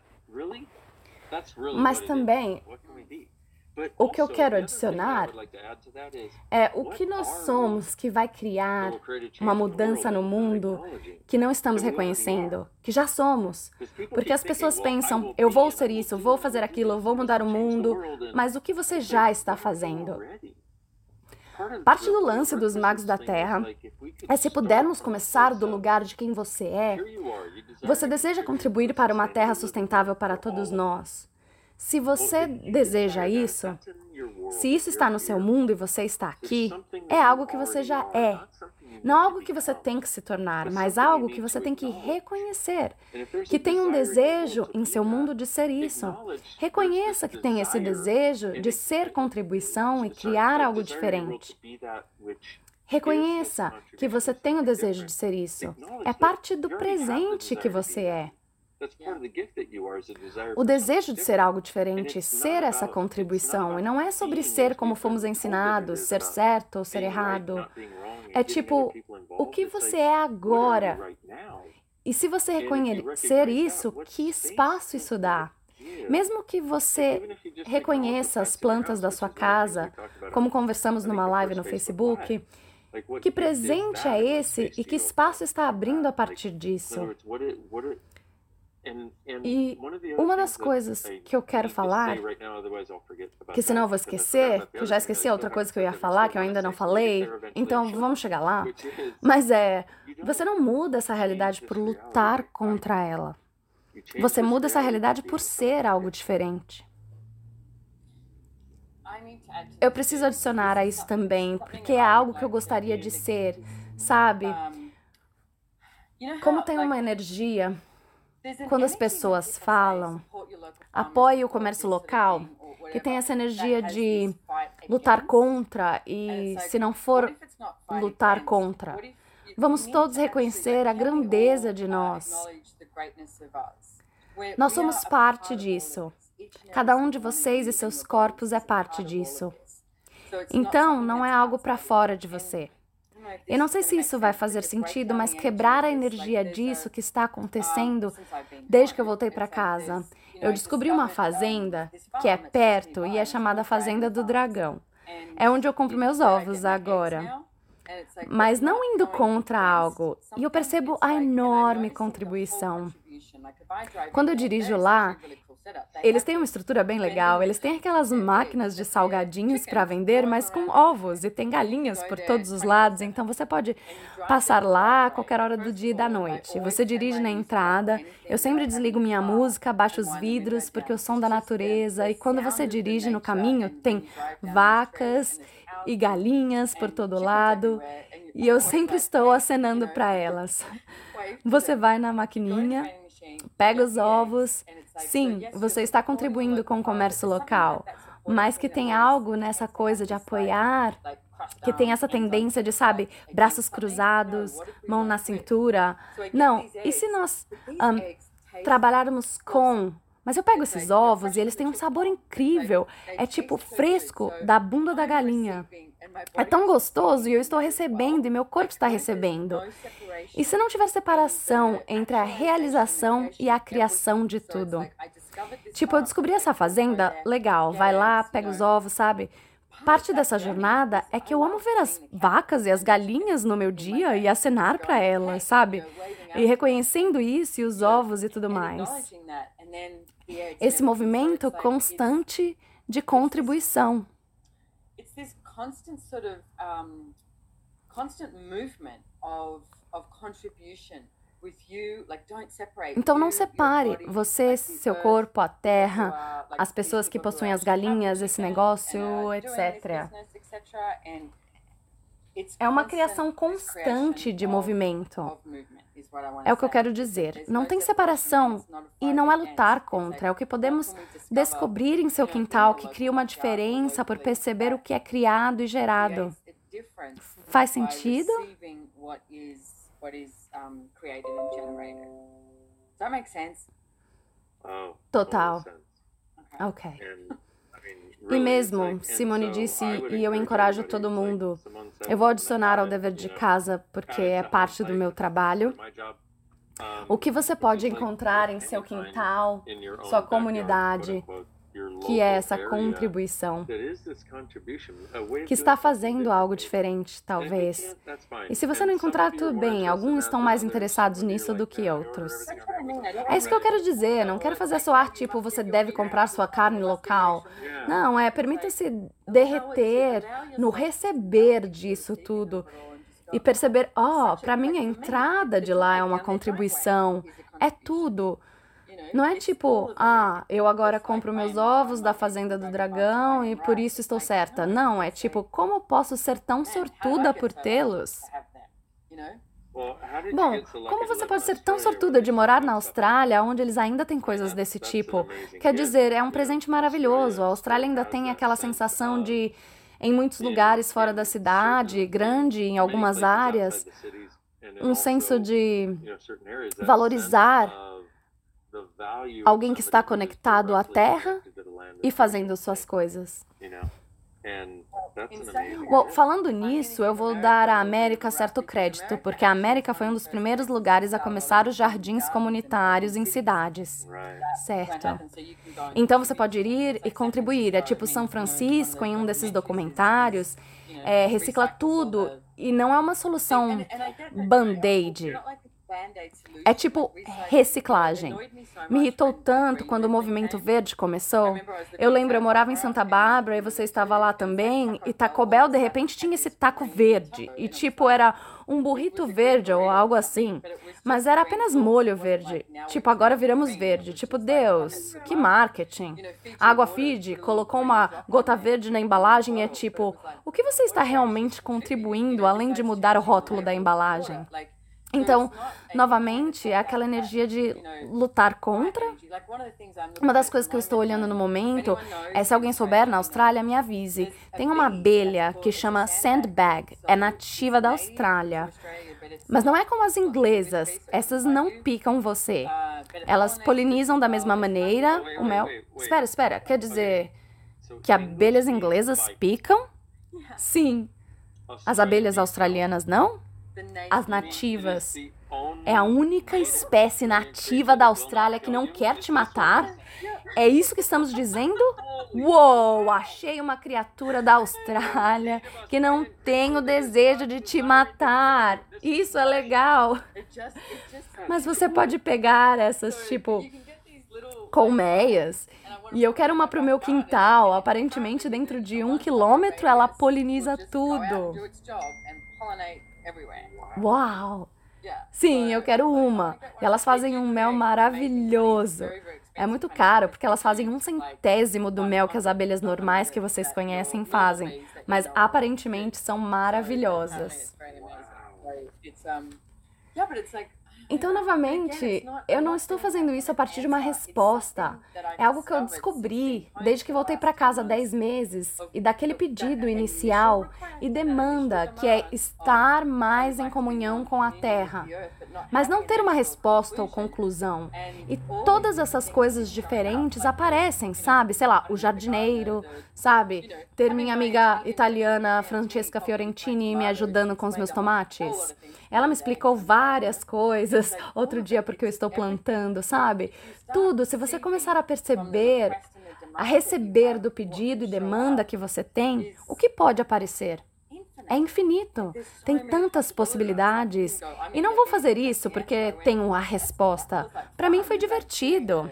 S1: Mas também, o que eu quero adicionar é o que nós somos que vai criar uma mudança no mundo que não estamos reconhecendo, que já somos. Porque as pessoas pensam, eu vou ser isso, vou fazer aquilo, eu vou mudar o mundo, mas o que você já está fazendo? Parte do lance dos magos da Terra é se pudermos começar do lugar de quem você é. Você deseja contribuir para uma Terra sustentável para todos nós. Se você deseja isso, se isso está no seu mundo e você está aqui, é algo que você já é. Não algo que você tem que se tornar, mas algo que você tem que reconhecer. Que tem um desejo em seu mundo de ser isso. Reconheça que tem esse desejo de ser contribuição e criar algo diferente. Reconheça que você tem o desejo de ser isso. É parte do presente que você é. O desejo de ser algo diferente, ser essa contribuição, e não é sobre ser como fomos ensinados, ser certo ou ser errado. É tipo, o que você é agora? E se você reconhecer isso, que espaço isso dá? Mesmo que você reconheça as plantas da sua casa, como conversamos numa live no Facebook, que presente é esse e que espaço está abrindo a partir disso? E uma das coisas que eu quero falar, que senão eu vou esquecer, que eu já esqueci outra coisa que eu ia falar, que eu ainda não falei, então vamos chegar lá, mas é, você não muda essa realidade por lutar contra ela. Você muda essa realidade por ser algo diferente. eu preciso adicionar a isso também, porque é algo que eu gostaria de ser, sabe? Como tem uma energia, quando as pessoas falam, apoie o comércio local, que tem essa energia de lutar contra e, se não for lutar contra, vamos todos reconhecer a grandeza de nós. Nós somos parte disso. Cada um de vocês e seus corpos é parte disso. Então, não é algo para fora de você. Eu não sei se isso vai fazer sentido, mas quebrar a energia disso que está acontecendo desde que eu voltei para casa. Eu descobri uma fazenda que é perto e é chamada Fazenda do Dragão. É onde eu compro meus ovos agora. Mas não indo contra algo. E eu percebo a enorme contribuição. Quando eu dirijo lá, eles têm uma estrutura bem legal. Eles têm aquelas máquinas de salgadinhos para vender, mas com ovos. E tem galinhas por todos os lados. Então você pode passar lá a qualquer hora do dia e da noite. Você dirige na entrada. Eu sempre desligo minha música, baixo os vidros, porque o som da natureza. E quando você dirige no caminho, tem vacas e galinhas por todo lado. E eu sempre estou acenando para elas. Você vai na maquininha, pega os ovos. Sim, você está contribuindo com o comércio local, mas que tem algo nessa coisa de apoiar, que tem essa tendência de, sabe, braços cruzados, mão na cintura. Não, e se nós um, trabalharmos com... Mas eu pego esses ovos e eles têm um sabor incrível. É tipo fresco da bunda da galinha. É tão gostoso e eu estou recebendo e meu corpo está recebendo. E se não tiver separação entre a realização e a criação de tudo? Tipo, eu descobri essa fazenda, legal, vai lá, pega os ovos, sabe? Parte dessa jornada é que eu amo ver as vacas e as galinhas no meu dia e acenar para elas, sabe? E reconhecendo isso e os ovos e tudo mais. Esse movimento constante de contribuição.
S2: Constant sort of um, constant movement of of contribution with you, like don't separate.
S1: Então não separe você, seu corpo, a terra, as pessoas que possuem as galinhas, esse negócio, etcétera. É uma criação constante de movimento. É o que eu quero dizer. Não tem separação e não é lutar contra. É o que podemos descobrir em seu quintal que cria uma diferença por perceber o que é criado e gerado. Faz sentido? Total. Ok. E mesmo, Simone disse, e eu encorajo todo mundo, eu vou adicionar ao dever de casa porque é parte do meu trabalho. O que você pode encontrar em seu quintal, sua comunidade, que é essa contribuição, que está fazendo algo diferente, talvez. E se você não encontrar, tudo bem, alguns estão mais interessados nisso do que outros. É isso que eu quero dizer, não quero fazer soar tipo, você deve comprar sua carne local. Não, é, permita-se derreter no receber disso tudo e perceber, ó, oh, para mim a entrada de lá é uma contribuição, é tudo. Não é tipo, ah, eu agora compro meus ovos da Fazenda do Dragão e por isso estou certa. Não, é tipo, como posso ser tão sortuda por tê-los? Bom, como você pode ser tão sortuda de morar na Austrália, onde eles ainda têm coisas desse tipo? Quer dizer, é um presente maravilhoso. A Austrália ainda tem aquela sensação de, em muitos lugares fora da cidade, grande em algumas áreas, um senso de valorizar alguém que está conectado à terra e fazendo suas coisas. Bom, falando nisso, eu vou dar à América certo crédito, porque a América foi um dos primeiros lugares a começar os jardins comunitários em cidades, certo? Então você pode ir e contribuir, é tipo São Francisco, em um desses documentários, é, recicla tudo e não é uma solução band-aid. É tipo reciclagem. Me irritou tanto quando o movimento verde começou. Eu lembro, eu morava em Santa Bárbara e você estava lá também, e Taco Bell de repente tinha esse taco verde. E tipo, era um burrito verde ou algo assim. Mas era apenas molho verde. Tipo, agora viramos verde. Tipo, Deus, que marketing. A Água Fiji colocou uma gota verde na embalagem e é tipo, o que você está realmente contribuindo além de mudar o rótulo da embalagem? Então, novamente, é aquela energia de lutar contra. Uma das coisas que eu estou olhando no momento é, se alguém souber, na Austrália, me avise. Tem uma abelha que chama sandbag, é nativa da Austrália. Mas não é como as inglesas, essas não picam você. Elas polinizam da mesma maneira o mel. Espera, espera, quer dizer que abelhas inglesas picam? Sim. As abelhas australianas não? As nativas. É a única espécie nativa da Austrália que não quer te matar? É isso que estamos dizendo? Uou, achei uma criatura da Austrália que não tem o desejo de te matar. Isso é legal. Mas você pode pegar essas, tipo, colmeias. E eu quero uma pro meu quintal. Aparentemente, dentro de um quilômetro, ela poliniza tudo. Uau! Sim, eu quero uma. E elas fazem um mel maravilhoso. É muito caro, porque elas fazem um centésimo do mel que as abelhas normais que vocês conhecem fazem. Mas aparentemente são maravilhosas. Então, novamente, eu não estou fazendo isso a partir de uma resposta. É algo que eu descobri desde que voltei para casa há dez meses e daquele pedido inicial e demanda que é estar mais em comunhão com a Terra. Mas não ter uma resposta ou conclusão. E todas essas coisas diferentes aparecem, sabe? Sei lá, o jardineiro, sabe? Ter minha amiga italiana Francesca Fiorentini me ajudando com os meus tomates. Ela me explicou várias coisas outro dia porque eu estou plantando, sabe? Tudo, se você começar a perceber, a receber do pedido e demanda que você tem, o que pode aparecer? É infinito. Tem tantas possibilidades. E não vou fazer isso porque tenho a resposta. Para mim foi divertido.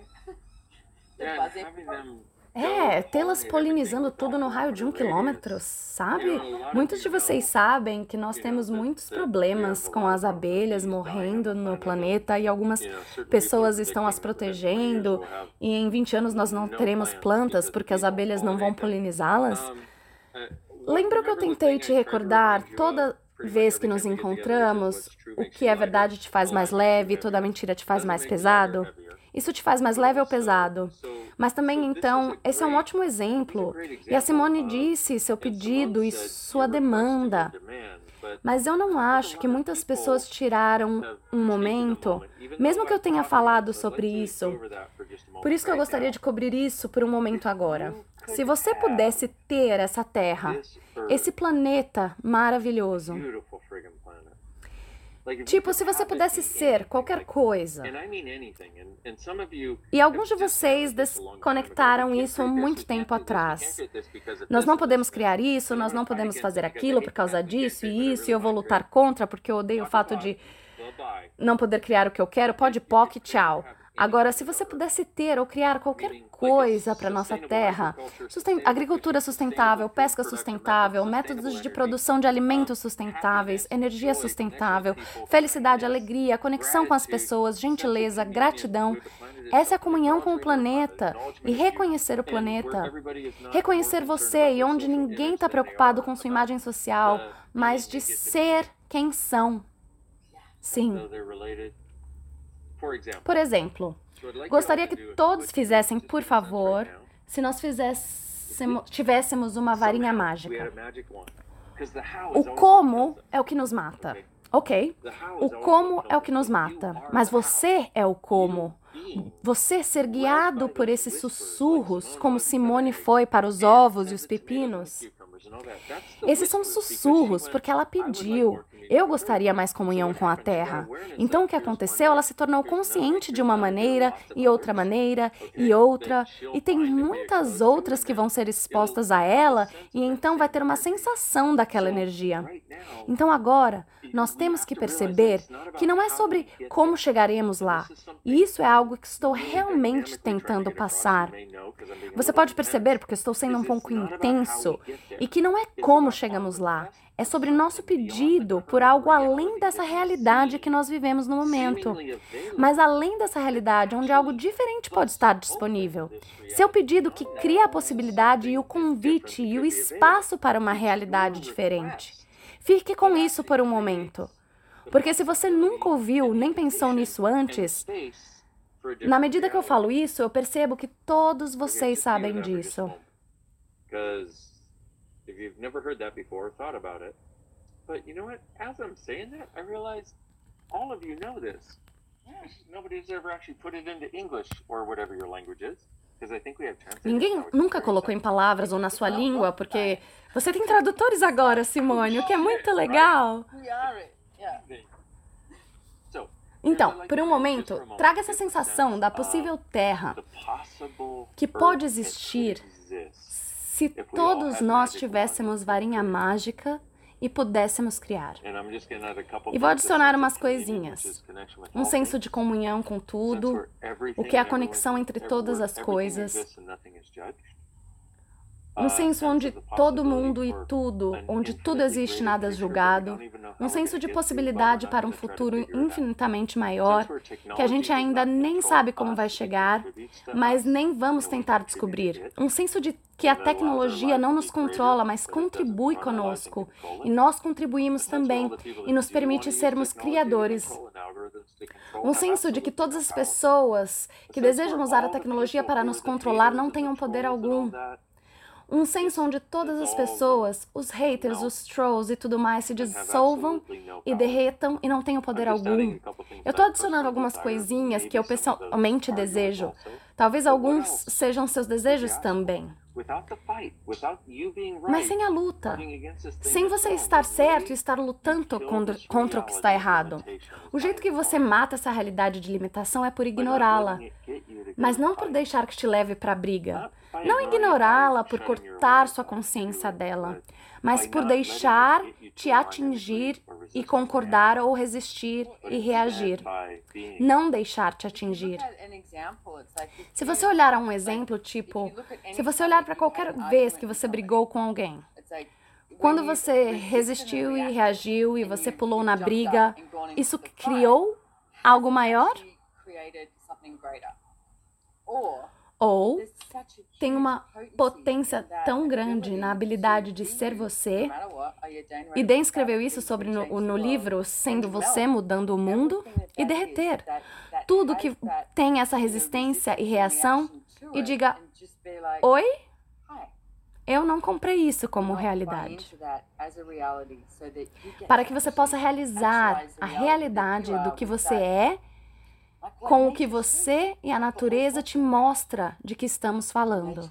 S1: É, tê-las polinizando tudo no raio de um quilômetro, sabe? Muitos de vocês sabem que nós temos muitos problemas com as abelhas morrendo no planeta e algumas pessoas estão as protegendo e em vinte anos nós não teremos plantas porque as abelhas não vão polinizá-las. Lembra que eu tentei te recordar toda vez que nos encontramos, o que é verdade te faz mais leve e toda mentira te faz mais pesado? Isso te faz mais leve ou pesado? Mas também, então, esse é um ótimo exemplo. E a Simone disse seu pedido e sua demanda. Mas eu não acho que muitas pessoas tiraram um momento, mesmo que eu tenha falado sobre isso. Por isso que eu gostaria de cobrir isso por um momento agora. Se você pudesse ter essa terra, esse planeta maravilhoso, tipo, se você pudesse ser qualquer coisa. E alguns de vocês desconectaram isso há muito tempo atrás. Nós não podemos criar isso, nós não podemos fazer aquilo por causa disso e isso, e eu vou lutar contra porque eu odeio o fato de não poder criar o que eu quero. Pode, poc, tchau. Agora, se você pudesse ter ou criar qualquer coisa para nossa terra, susten- agricultura sustentável, pesca sustentável, métodos de produção de alimentos sustentáveis, energia sustentável, felicidade, alegria, conexão com as pessoas, gentileza, gratidão, essa é a comunhão com o planeta e reconhecer o planeta. Reconhecer você e onde ninguém está preocupado com sua imagem social, mas de ser quem são. Sim. Por exemplo, gostaria que todos fizessem, por favor, se nós fizéssemos, tivéssemos uma varinha mágica. O como é o que nos mata. Ok, o como é o que nos mata, mas você é o como. Você ser guiado por esses sussurros, como Simone foi para os ovos e os pepinos. Esses são sussurros, porque ela pediu. Eu gostaria mais comunhão com a terra. Então, o que aconteceu? Ela se tornou consciente de uma maneira, e outra maneira, e outra. E tem muitas outras que vão ser expostas a ela, e então vai ter uma sensação daquela energia. Então, agora, nós temos que perceber que não é sobre como chegaremos lá. E isso é algo que estou realmente tentando passar. Você pode perceber, porque estou sendo um pouco intenso, e que não é como chegamos lá, é sobre nosso pedido por algo além dessa realidade que nós vivemos no momento. Mas além dessa realidade, onde algo diferente pode estar disponível. Seu pedido que cria a possibilidade e o convite e o espaço para uma realidade diferente. Fique com isso por um momento. Porque se você nunca ouviu nem pensou nisso antes, na medida que eu falo isso, eu percebo que todos vocês sabem disso.
S3: If you've never heard that before, thought about it. But you know what? As I'm saying that, I realize all of you know this. Yeah, nobody's ever actually put it into English or whatever your language is. Because I think we have translators.
S1: Ninguém nunca colocou em palavras ou na sua língua, porque você tem tradutores agora, Simone, o que é muito legal. Então, por um momento, traga essa sensação da possível terra que pode existir se todos nós tivéssemos varinha mágica e pudéssemos criar. E vou adicionar umas coisinhas. Um senso de comunhão com tudo, o que é a conexão entre todas as coisas. Um senso onde todo mundo e tudo, onde tudo existe, nada é julgado. Um senso de possibilidade para um futuro infinitamente maior, que a gente ainda nem sabe como vai chegar, mas nem vamos tentar descobrir. Um senso de que a tecnologia não nos controla, mas contribui conosco. E nós contribuímos também, e nos permite sermos criadores. Um senso de que todas as pessoas que desejam usar a tecnologia para nos controlar não tenham poder algum. Um senso onde todas as pessoas, os haters, os trolls e tudo mais se dissolvam e derretam e não tenham poder algum. Eu estou adicionando algumas coisinhas que eu pessoalmente desejo. Talvez alguns sejam seus desejos também. Mas sem a luta, sem você estar certo e estar lutando contra, contra o que está errado. O jeito que você mata essa realidade de limitação é por ignorá-la, mas não por deixar que te leve para a briga. Não ignorá-la por cortar sua consciência dela, mas por deixar te atingir e concordar ou resistir e reagir. Não deixar te atingir. Se você olhar a um exemplo, tipo, se você olhar para qualquer vez que você brigou com alguém, quando você resistiu e reagiu e você pulou na briga, isso criou algo maior? Ou tem uma potência tão grande na habilidade de ser você, e Dan escreveu isso sobre no, no livro Sendo Você, Mudando o Mundo, e derreter tudo que tem essa resistência e reação, e diga, oi? Eu não comprei isso como realidade. Para que você possa realizar a realidade do que você é, com o que você e a natureza te mostra de que estamos falando.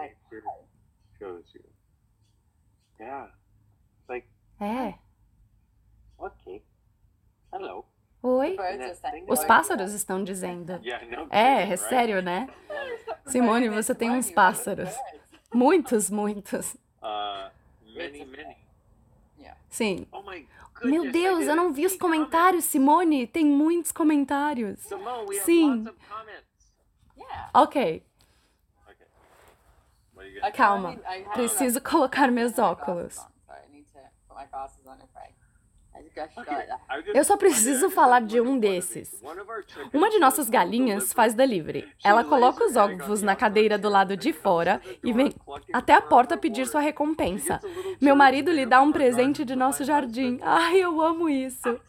S1: É. Oi? Os pássaros estão dizendo. É, é sério, né? Simone, você tem uns pássaros. Muitos, muitos. Sim. Meu Deus, eu não vi os comentários, Simone. Tem muitos comentários. Sim. Ok. Calma. Preciso colocar meus óculos. Eu só preciso falar de um desses. Uma de nossas galinhas faz delivery. Ela coloca os ovos na cadeira do lado de fora e vem até a porta pedir sua recompensa. Meu marido lhe dá um presente de nosso jardim. Ai, eu amo isso.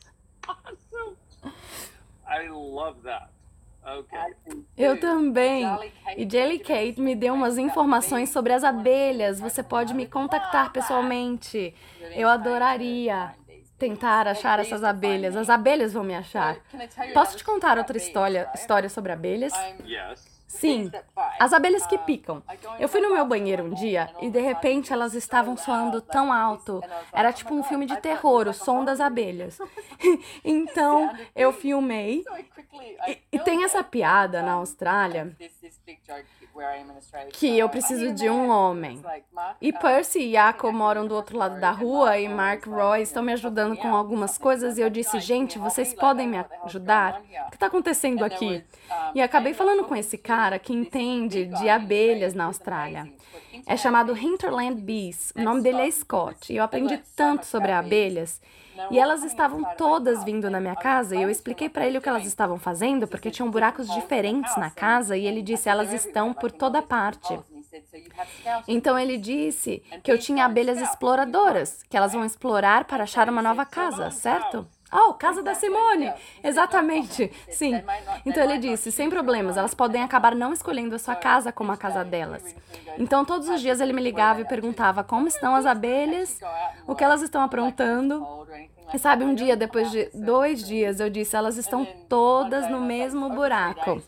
S1: Eu também. E Jelly Kate me deu umas informações sobre as abelhas. Você pode me contactar pessoalmente. Eu adoraria tentar achar essas abelhas. As abelhas vão me achar. Posso te contar outra história, história sobre abelhas? Sim, as abelhas que picam. Eu fui no meu banheiro um dia e de repente elas estavam soando tão alto. Era tipo um filme de terror, o som das abelhas. Então eu filmei. E, e tem essa piada na Austrália que eu preciso de um homem. E Percy e Jaco moram do outro lado da rua e Mark e Roy estão me ajudando com algumas coisas e eu disse, gente, vocês podem me ajudar? O que está acontecendo aqui? E acabei falando com esse cara que entende de abelhas na Austrália. É chamado Hinterland Bees, o nome dele é Scott, e eu aprendi tanto sobre abelhas. E elas estavam todas vindo na minha casa e eu expliquei para ele o que elas estavam fazendo, porque tinham buracos diferentes na casa e ele disse, elas estão por toda parte. Então ele disse que eu tinha abelhas exploradoras, que elas vão explorar para achar uma nova casa, certo? Oh, casa da Simone! Exatamente, sim. Então ele disse, sem problemas, elas podem acabar não escolhendo a sua casa como a casa delas. Então todos os dias ele me ligava e perguntava como estão as abelhas, o que elas estão aprontando. E sabe, um dia, depois de dois dias, eu disse, elas estão todas no mesmo buraco.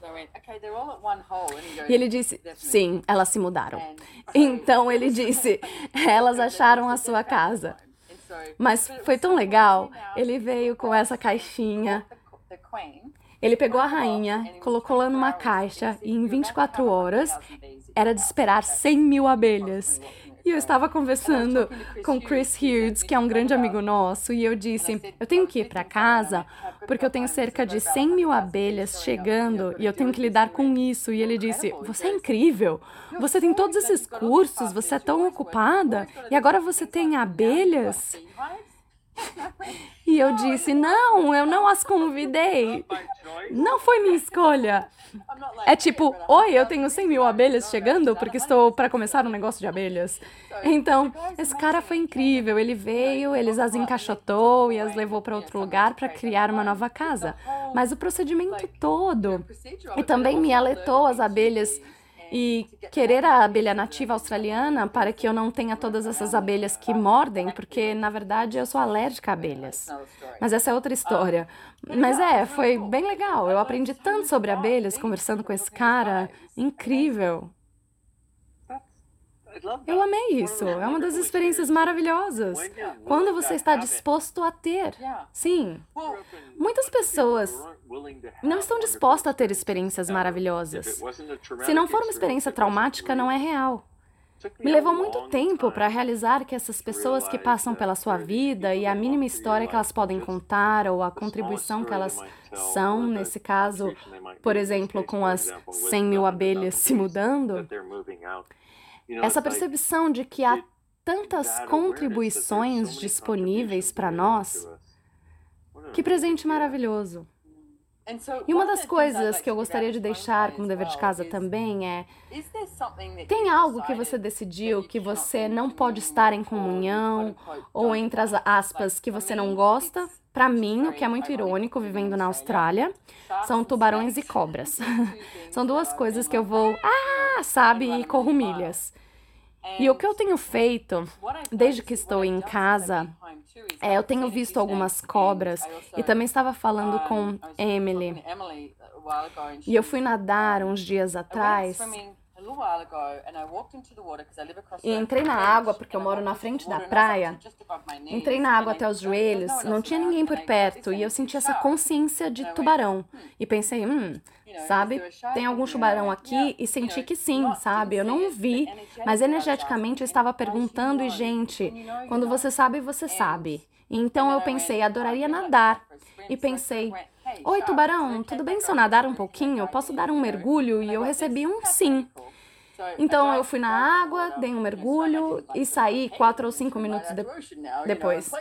S1: E ele disse, sim, elas se mudaram. Então ele disse, elas acharam a sua casa. Mas foi tão legal, ele veio com essa caixinha, ele pegou a rainha, colocou lá numa caixa e em vinte e quatro horas era de esperar cem mil abelhas. E eu estava conversando com Chris Hughes, que é um grande amigo nosso, e eu disse, eu tenho que ir para casa porque eu tenho cerca de cem mil abelhas chegando e eu tenho que lidar com isso. E ele disse, você é incrível, você tem todos esses cursos, você é tão ocupada e agora você tem abelhas? E eu disse, não, eu não as convidei. Não foi minha escolha. É tipo, oi, eu tenho cem mil abelhas chegando porque estou para começar um negócio de abelhas. Então, esse cara foi incrível. Ele veio, ele as encaixotou e as levou para outro lugar para criar uma nova casa. Mas o procedimento todo. E também me alertou as abelhas e querer a abelha nativa australiana para que eu não tenha todas essas abelhas que mordem, porque, na verdade, eu sou alérgica a abelhas. Mas essa é outra história. Mas é, foi bem legal. Eu aprendi tanto sobre abelhas conversando com esse cara. Incrível. Eu amei isso. É uma das experiências maravilhosas. Quando você está disposto a ter. Sim. Muitas pessoas não estão dispostas a ter experiências maravilhosas. Se não for uma experiência traumática, não é real. Me levou muito tempo para realizar que essas pessoas que passam pela sua vida e a mínima história que elas podem contar ou a contribuição que elas são, nesse caso, por exemplo, com as cem mil abelhas se mudando, essa percepção de que há tantas contribuições disponíveis para nós, que presente maravilhoso. E uma das coisas que eu gostaria de deixar como dever de casa também é, tem algo que você decidiu que você não pode estar em comunhão, ou entre as aspas, que você não gosta? Para mim, o que é muito irônico vivendo na Austrália, são tubarões e cobras. São duas coisas que eu vou, ah, sabe, e corro milhas. E o que eu tenho feito, desde que estou em casa, é, eu tenho visto algumas cobras e também estava falando com Emily. E eu fui nadar uns dias atrás e entrei na água, porque eu moro na frente da praia. Entrei na água até os joelhos, não tinha ninguém por perto e eu senti essa consciência de tubarão. E pensei, hum, sabe, tem algum tubarão aqui? E senti que sim, sabe? Eu não vi, mas energeticamente eu estava perguntando e, gente, quando você sabe, você sabe. Então eu pensei, adoraria nadar. E pensei, oi, tubarão, tudo bem se eu nadar um pouquinho? Posso dar um mergulho? E eu recebi um sim. Então eu fui na água, dei um mergulho e saí quatro ou cinco minutos de depois.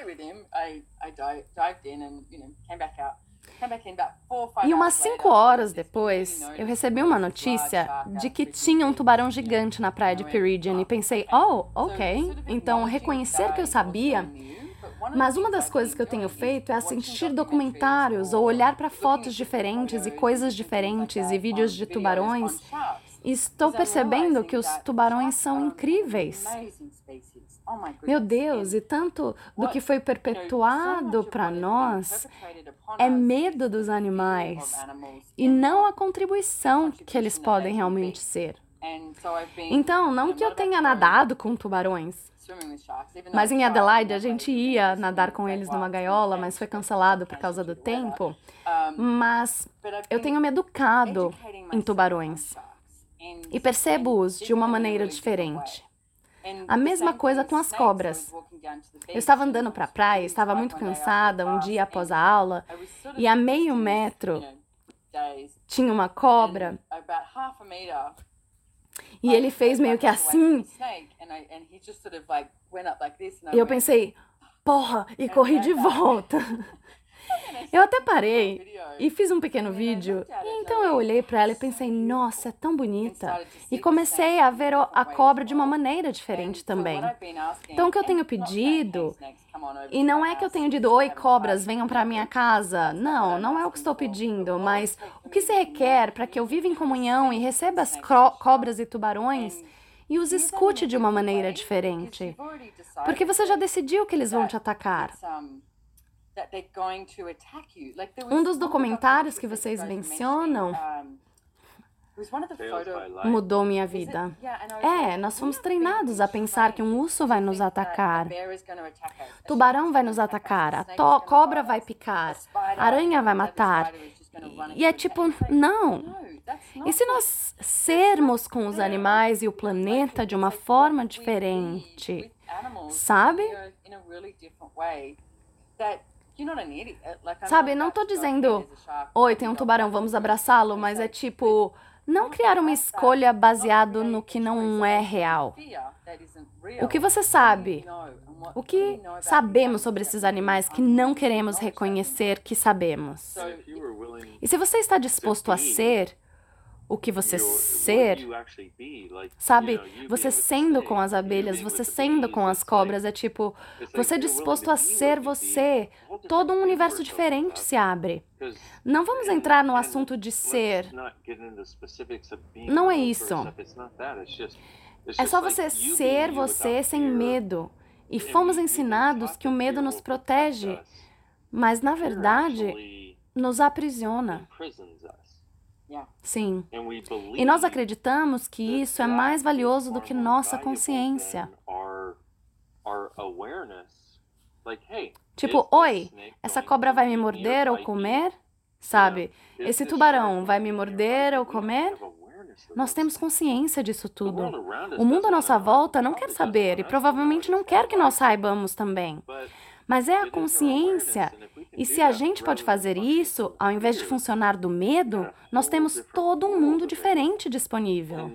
S1: E umas cinco horas depois, eu recebi uma notícia de que tinha um tubarão gigante na praia de Peregian e pensei, oh, ok, então reconhecer que eu sabia. Mas uma das coisas que eu tenho feito é assistir documentários ou olhar para fotos diferentes e coisas diferentes e vídeos de tubarões. E estou percebendo que os tubarões são incríveis. Meu Deus, e tanto do que foi perpetuado para nós é medo dos animais e não a contribuição que eles podem realmente ser. Então, não que eu tenha nadado com tubarões, mas em Adelaide a gente ia nadar com eles numa gaiola, mas foi cancelado por causa do tempo. Mas eu tenho me educado em tubarões. e percebo-os de uma maneira diferente. A mesma coisa com as cobras. Eu estava andando para a praia, estava muito cansada um dia após a aula, e a meio metro tinha uma cobra, e ele fez meio que assim, e eu pensei, porra, e corri de volta. Eu até parei e fiz um pequeno vídeo, e então eu olhei para ela e pensei, nossa, é tão bonita. E comecei a ver a cobra de uma maneira diferente também. Então o que eu tenho pedido, e não é que eu tenho dito, oi cobras, venham para minha casa. Não, não é o que estou pedindo, mas o que se requer para que eu viva em comunhão e receba as cobras e tubarões e os escute de uma maneira diferente. Porque você já decidiu que eles vão te atacar. Um dos documentários que vocês mencionam mudou minha vida. É, nós fomos treinados a pensar que um urso vai nos atacar, tubarão vai nos atacar, a to- cobra vai picar, a aranha vai matar. E é tipo, não. E se nós sermos com os animais e o planeta de uma forma diferente, sabe? Sabe, não tô dizendo, oi, tem um tubarão, vamos abraçá-lo, mas é tipo, não criar uma escolha baseado no que não é real. O que você sabe? O que sabemos sobre esses animais que não queremos reconhecer que sabemos? E se você está disposto a ser o que você ser, sabe, você sendo com as abelhas, você sendo com as cobras, é tipo, você disposto a ser você, todo um universo diferente se abre. Não vamos entrar no assunto de ser. Não é isso. É só você ser você sem medo. E fomos ensinados que o medo nos protege, mas na verdade nos aprisiona. Sim. E nós acreditamos que isso é mais valioso do que nossa consciência. Tipo, oi, essa cobra vai me morder ou comer? Sabe? Esse tubarão vai me morder ou comer? Nós temos consciência disso tudo. O mundo à nossa volta não quer saber e provavelmente não quer que nós saibamos também. Mas é a consciência. E se a gente pode fazer isso, ao invés de funcionar do medo, nós temos todo um mundo diferente disponível.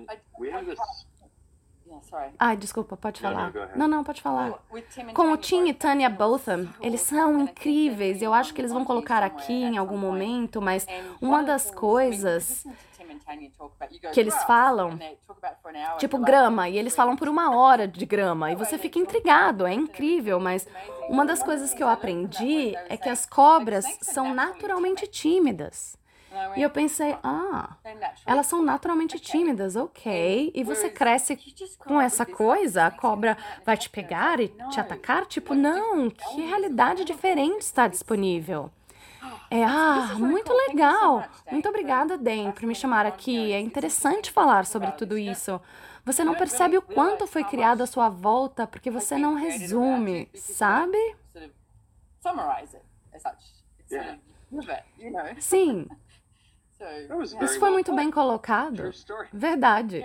S1: Ai, desculpa, pode falar. Não, não, pode falar. Com o Tim e Tanya Botham, eles são incríveis. Eu acho que eles vão colocar aqui em algum momento, mas uma das coisas que eles falam, tipo grama, e eles falam por uma hora de grama, e você fica intrigado, é incrível, mas uma das coisas que eu aprendi é que as cobras são naturalmente tímidas. E eu pensei, ah, elas são naturalmente tímidas, ok. E você cresce com essa coisa, a cobra vai te pegar e te atacar? Tipo, não, que realidade diferente está disponível. É, ah, muito legal. Muito obrigada, Dan, por me chamar aqui. É interessante falar sobre tudo isso. Você não percebe o quanto foi criado à sua volta porque você não resume, sabe? Sim. Isso foi muito bem colocado. Verdade.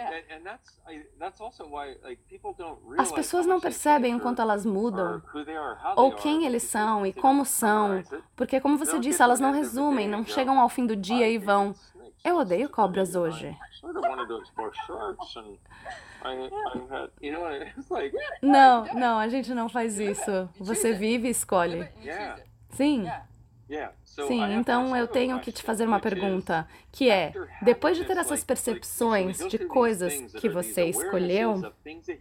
S1: As pessoas não percebem o quanto elas mudam, ou quem eles são e como são, porque, como você disse, elas não resumem, não chegam ao fim do dia e vão, eu odeio cobras hoje. Não, não, a gente não faz isso. Você vive e escolhe. Sim. Sim, então eu tenho que te fazer uma pergunta, que é, depois de ter essas percepções de coisas que você escolheu,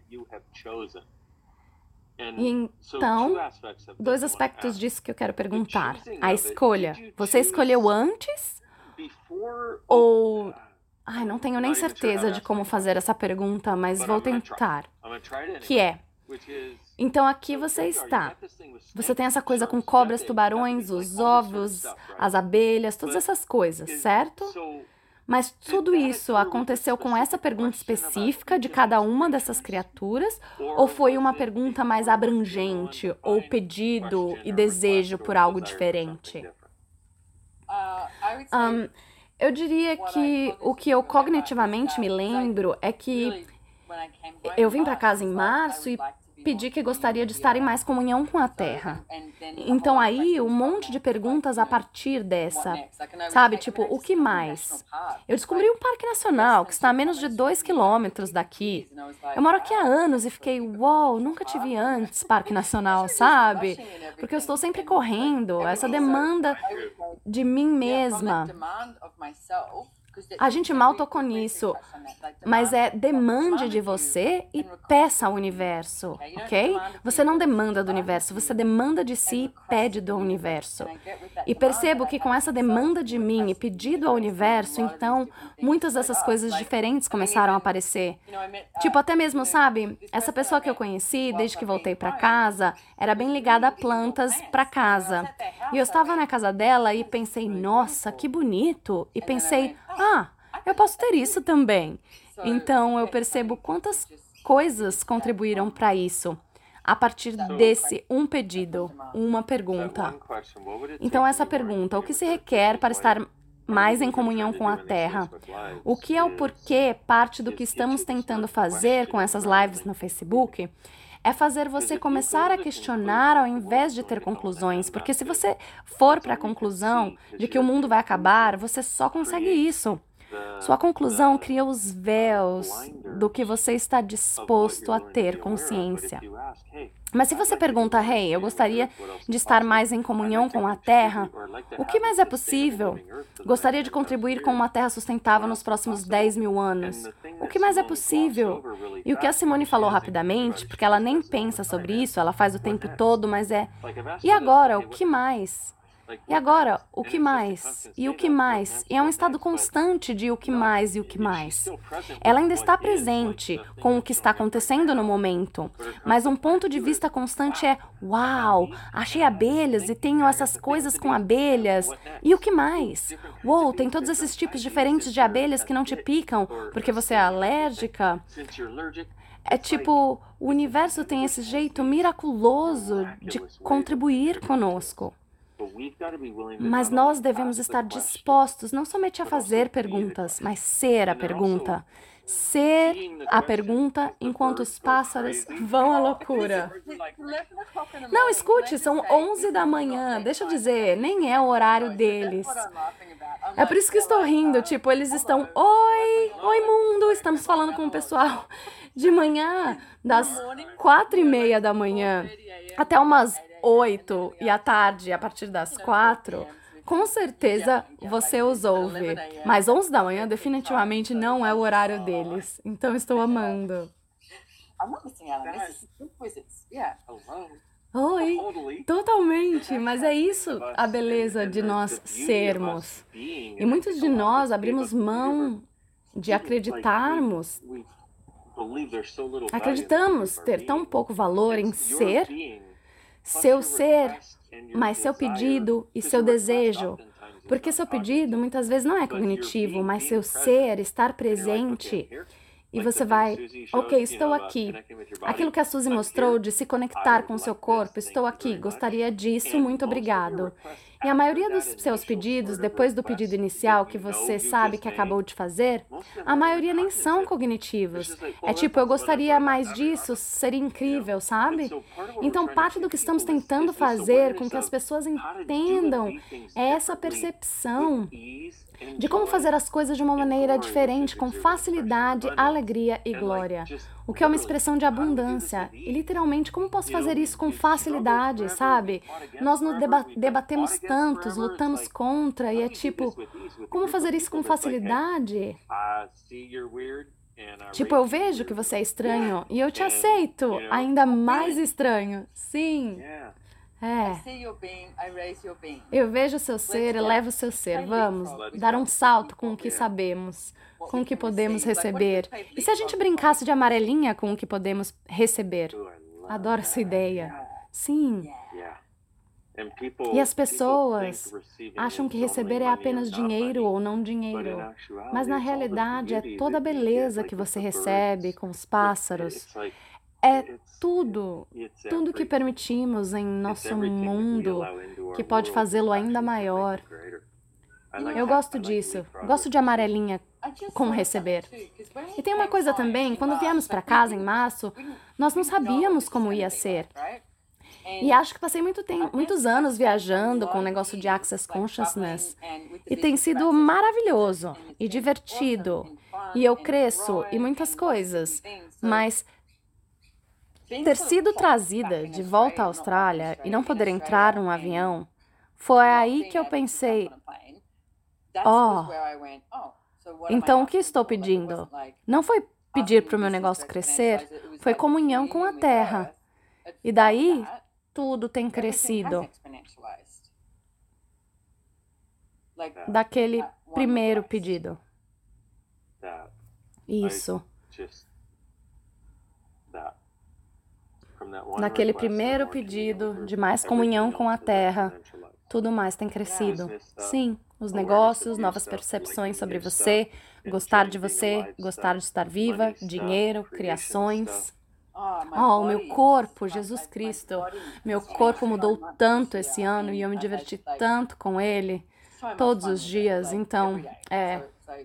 S1: e então, dois aspectos disso que eu quero perguntar. A escolha, você escolheu antes? Ou... Ai, não tenho nem certeza de como fazer essa pergunta, mas vou tentar. Que é... Então aqui você está. Você tem essa coisa com cobras, tubarões, os ovos, as abelhas, todas essas coisas, certo? Mas tudo isso aconteceu com essa pergunta específica de cada uma dessas criaturas? Ou foi uma pergunta mais abrangente, ou pedido e desejo por algo diferente? Um, Eu diria que o que eu cognitivamente me lembro é que eu vim para casa em março e pedi que gostaria de estar em mais comunhão com a Terra. Então aí, um monte de perguntas a partir dessa, sabe? Tipo, o que mais? Eu descobri um parque nacional que está a menos de dois quilômetros daqui. Eu moro aqui há anos e fiquei, uau, nunca tive antes parque nacional, sabe? Porque eu estou sempre correndo, essa demanda de mim mesma. A gente mal tocou nisso, mas é demande de você e peça ao universo, ok? Você não demanda do universo, você demanda de si e pede do universo. E percebo que com essa demanda de mim e pedido ao universo, então, muitas dessas coisas diferentes começaram a aparecer. Tipo, até mesmo, sabe, essa pessoa que eu conheci desde que voltei para casa era bem ligada a plantas para casa. E eu estava na casa dela e pensei, nossa, que bonito! E pensei, ah, eu posso ter isso também. Então, eu percebo quantas coisas contribuíram para isso. A partir desse um pedido, uma pergunta. Então, essa pergunta, o que se requer para estar mais em comunhão com a Terra? O que é o porquê, parte do que estamos tentando fazer com essas lives no Facebook, é fazer você começar a questionar ao invés de ter conclusões, porque se você for para a conclusão de que o mundo vai acabar, você só consegue isso. Sua conclusão cria os véus do que você está disposto a ter consciência. Mas se você pergunta, hey, eu gostaria de estar mais em comunhão com a Terra, o que mais é possível? Gostaria de contribuir com uma Terra sustentável nos próximos dez mil anos. O que mais é possível? E o que a Simone falou rapidamente, porque ela nem pensa sobre isso, ela faz o tempo todo, mas é, e agora, o que mais? E agora, o que mais? E o que mais? E é um estado constante de o que mais e o que mais. Ela ainda está presente com o que está acontecendo no momento, mas um ponto de vista constante é, uau, achei abelhas e tenho essas coisas com abelhas. E o que mais? Uou, tem todos esses tipos diferentes de abelhas que não te picam porque você é alérgica. É tipo, o universo tem esse jeito miraculoso de contribuir conosco. Mas nós devemos estar dispostos não somente a fazer perguntas, mas ser a pergunta. Ser a pergunta enquanto os pássaros vão à loucura. Não, escute, são onze da manhã, deixa eu dizer, nem é o horário deles. É por isso que estou rindo, tipo, eles estão, oi, oi mundo, estamos falando com o pessoal de manhã, das quatro e meia da manhã até umas oito e à tarde, a partir das quatro, com certeza você os ouve. Mas onze da manhã definitivamente não é o horário deles. Então estou amando. Oi, totalmente, mas é isso a beleza de nós sermos. E muitos de nós abrimos mão de acreditarmos. Acreditamos ter tão pouco valor em ser, seu ser, mas seu pedido e seu desejo. Porque seu pedido muitas vezes não é cognitivo, mas seu ser, estar presente. E você vai, ok, estou aqui. Aquilo que a Suzy mostrou de se conectar com o seu corpo, estou aqui, gostaria disso, muito obrigado. E a maioria dos seus pedidos, depois do pedido inicial que você sabe que acabou de fazer, a maioria nem são cognitivos. É tipo, eu gostaria mais disso, seria incrível, sabe? Então, parte do que estamos tentando fazer com que as pessoas entendam é essa percepção de como fazer as coisas de uma maneira diferente, com facilidade, alegria e glória. O que é uma expressão de abundância. E, literalmente, como posso fazer isso com facilidade, sabe? Nós nos deba- debatemos tantos, lutamos contra, e é tipo, como fazer isso com facilidade? Tipo, eu vejo que você é estranho, e eu te aceito, ainda mais estranho. Sim. É. Eu vejo o seu ser, elevo o seu ser. Vamos dar um salto com o que sabemos, com o que podemos receber. E se a gente brincasse de amarelinha com o que podemos receber? Adoro essa ideia. Sim. E as pessoas acham que receber é apenas dinheiro ou não dinheiro. Mas na realidade é toda a beleza que você recebe com os pássaros. É tudo, tudo que permitimos em nosso mundo que pode fazê-lo ainda maior. Eu gosto disso. Gosto de amarelinha com receber. E tem uma coisa também, quando viemos para casa em março, nós não sabíamos como ia ser. E acho que passei muito tempo, muitos anos viajando com o negócio de Access Consciousness. E tem sido maravilhoso e divertido. E eu cresço e muitas coisas. Mas ter sido trazida de volta à Austrália e não poder entrar num avião, foi aí que eu pensei, oh, então o que estou pedindo? Não foi pedir para o meu negócio crescer, foi comunhão com a terra. E daí, tudo tem crescido. Daquele primeiro pedido. Isso. Naquele primeiro pedido de mais comunhão com a terra, tudo mais tem crescido. Sim, os negócios, novas percepções sobre você, gostar de você, gostar de estar viva, dinheiro, criações. Oh, o meu corpo, Jesus Cristo, meu corpo mudou tanto esse ano e eu me diverti tanto com ele todos os dias. Então, é...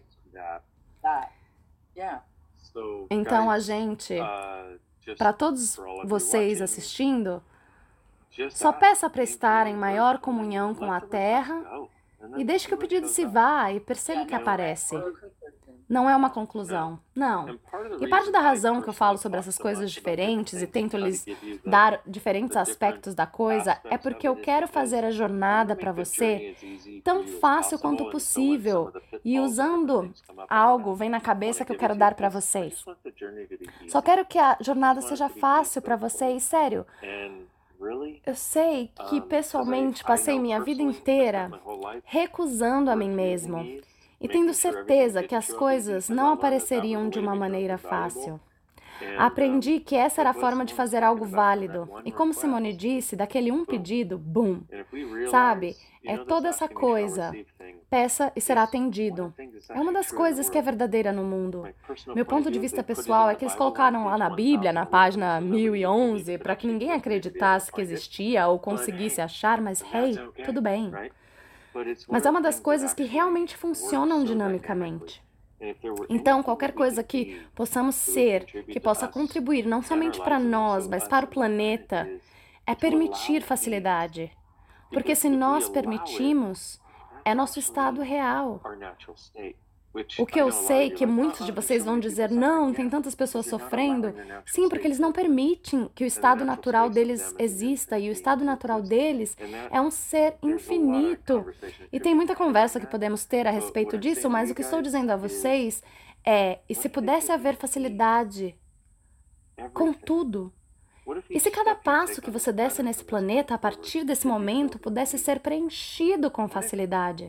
S1: Então, a gente, para todos vocês assistindo, só peça para estar em maior comunhão com a terra e deixe que o pedido se vá e perceba o que aparece. Não é uma conclusão, não. E parte da razão que eu falo sobre essas coisas diferentes e tento lhes dar diferentes aspectos da coisa é porque eu quero fazer a jornada para você tão fácil quanto possível. E usando algo vem na cabeça que eu quero dar para vocês. Só quero que a jornada seja fácil para vocês, sério. Eu sei que pessoalmente passei minha vida inteira recusando a mim mesmo. E tendo certeza que as coisas não apareceriam de uma maneira fácil. Aprendi que essa era a forma de fazer algo válido. E como Simone disse, daquele um pedido, boom. Sabe? É toda essa coisa. Peça e será atendido. É uma das coisas que é verdadeira no mundo. Meu ponto de vista pessoal é que eles colocaram lá na Bíblia, na página mil e onze, para que ninguém acreditasse que existia ou conseguisse achar, mas hey, tudo bem. Mas é uma das coisas que realmente funcionam dinamicamente. Então, qualquer coisa que possamos ser, que possa contribuir não somente para nós, mas para o planeta, é permitir facilidade. Porque se nós permitimos, é nosso estado real. O que eu sei que muitos de vocês vão dizer, não, tem tantas pessoas sofrendo. Sim, porque eles não permitem que o estado natural deles exista, e o estado natural deles é um ser infinito. E tem muita conversa que podemos ter a respeito disso, mas o que estou dizendo a vocês é, e se pudesse haver facilidade com tudo? E se cada passo que você desse nesse planeta, a partir desse momento, pudesse ser preenchido com facilidade?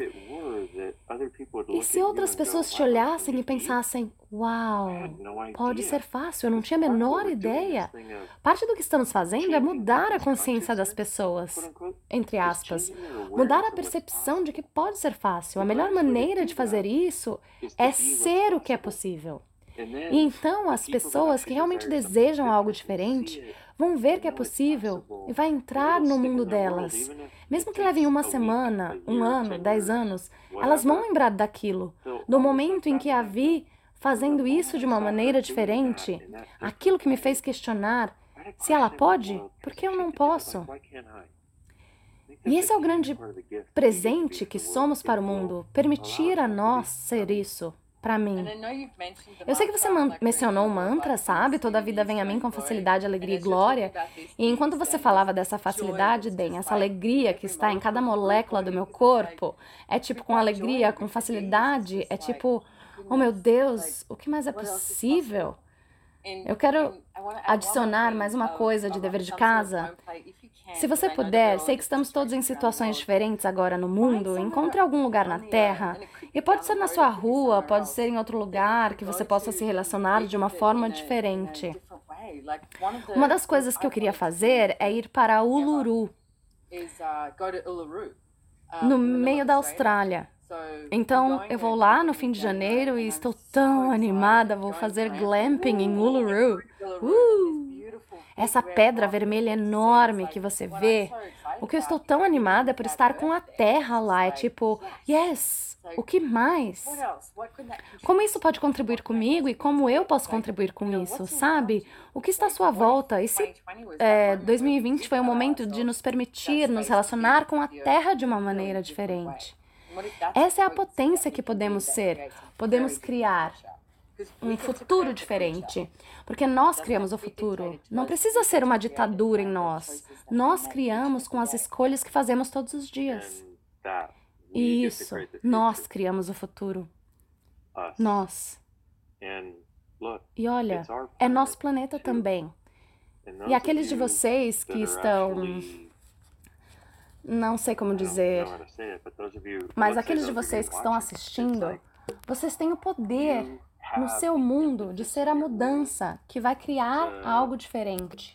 S1: E se outras pessoas te olhassem e pensassem, uau, pode ser fácil, eu não tinha a menor ideia. Parte do que estamos fazendo é mudar a consciência das pessoas, entre aspas. Mudar a percepção de que pode ser fácil. A melhor maneira de fazer isso é ser o que é possível. E então as pessoas que realmente desejam algo diferente vão ver que é possível e vai entrar no mundo delas. Mesmo que levem uma semana, um ano, dez anos, elas vão lembrar daquilo. Do momento em que a vi fazendo isso de uma maneira diferente, aquilo que me fez questionar, se ela pode, por que eu não posso? E esse é o grande presente que somos para o mundo, permitir a nós ser isso. Para mim. Eu sei que você mencionou o mantra, sabe? Toda a vida vem a mim com facilidade, alegria e glória. E enquanto você falava dessa facilidade, Den, essa alegria que está em cada molécula do meu corpo, é tipo com alegria, com facilidade, é tipo, oh meu Deus, o que mais é possível? Eu quero adicionar mais uma coisa de dever de casa. Se você puder, sei que estamos todos em situações diferentes agora no mundo, encontre algum lugar na Terra, e pode ser na sua rua, pode ser em outro lugar, que você possa se relacionar de uma forma diferente. Uma das coisas que eu queria fazer é ir para Uluru, no meio da Austrália. Então, eu vou lá no fim de janeiro e estou tão animada, vou fazer glamping em Uluru. Uh! Essa pedra vermelha enorme que você vê, O que eu estou tão animada é por estar com a terra lá. É tipo, yes, o que mais? Como isso pode contribuir comigo e como eu posso contribuir com isso, sabe? O que está à sua volta? E se é, dois mil e vinte foi um momento de nos permitir nos relacionar com a terra de uma maneira diferente? Essa é a potência que podemos ser. Podemos criar um futuro diferente, porque nós criamos o futuro. Não precisa ser uma ditadura em nós. Nós criamos com as escolhas que fazemos todos os dias. E isso, nós criamos o futuro. Nós. E olha, é nosso planeta também. E aqueles de vocês que estão... Não sei como dizer, mas aqueles de vocês que estão assistindo, vocês têm o poder no seu mundo de ser a mudança que vai criar algo diferente.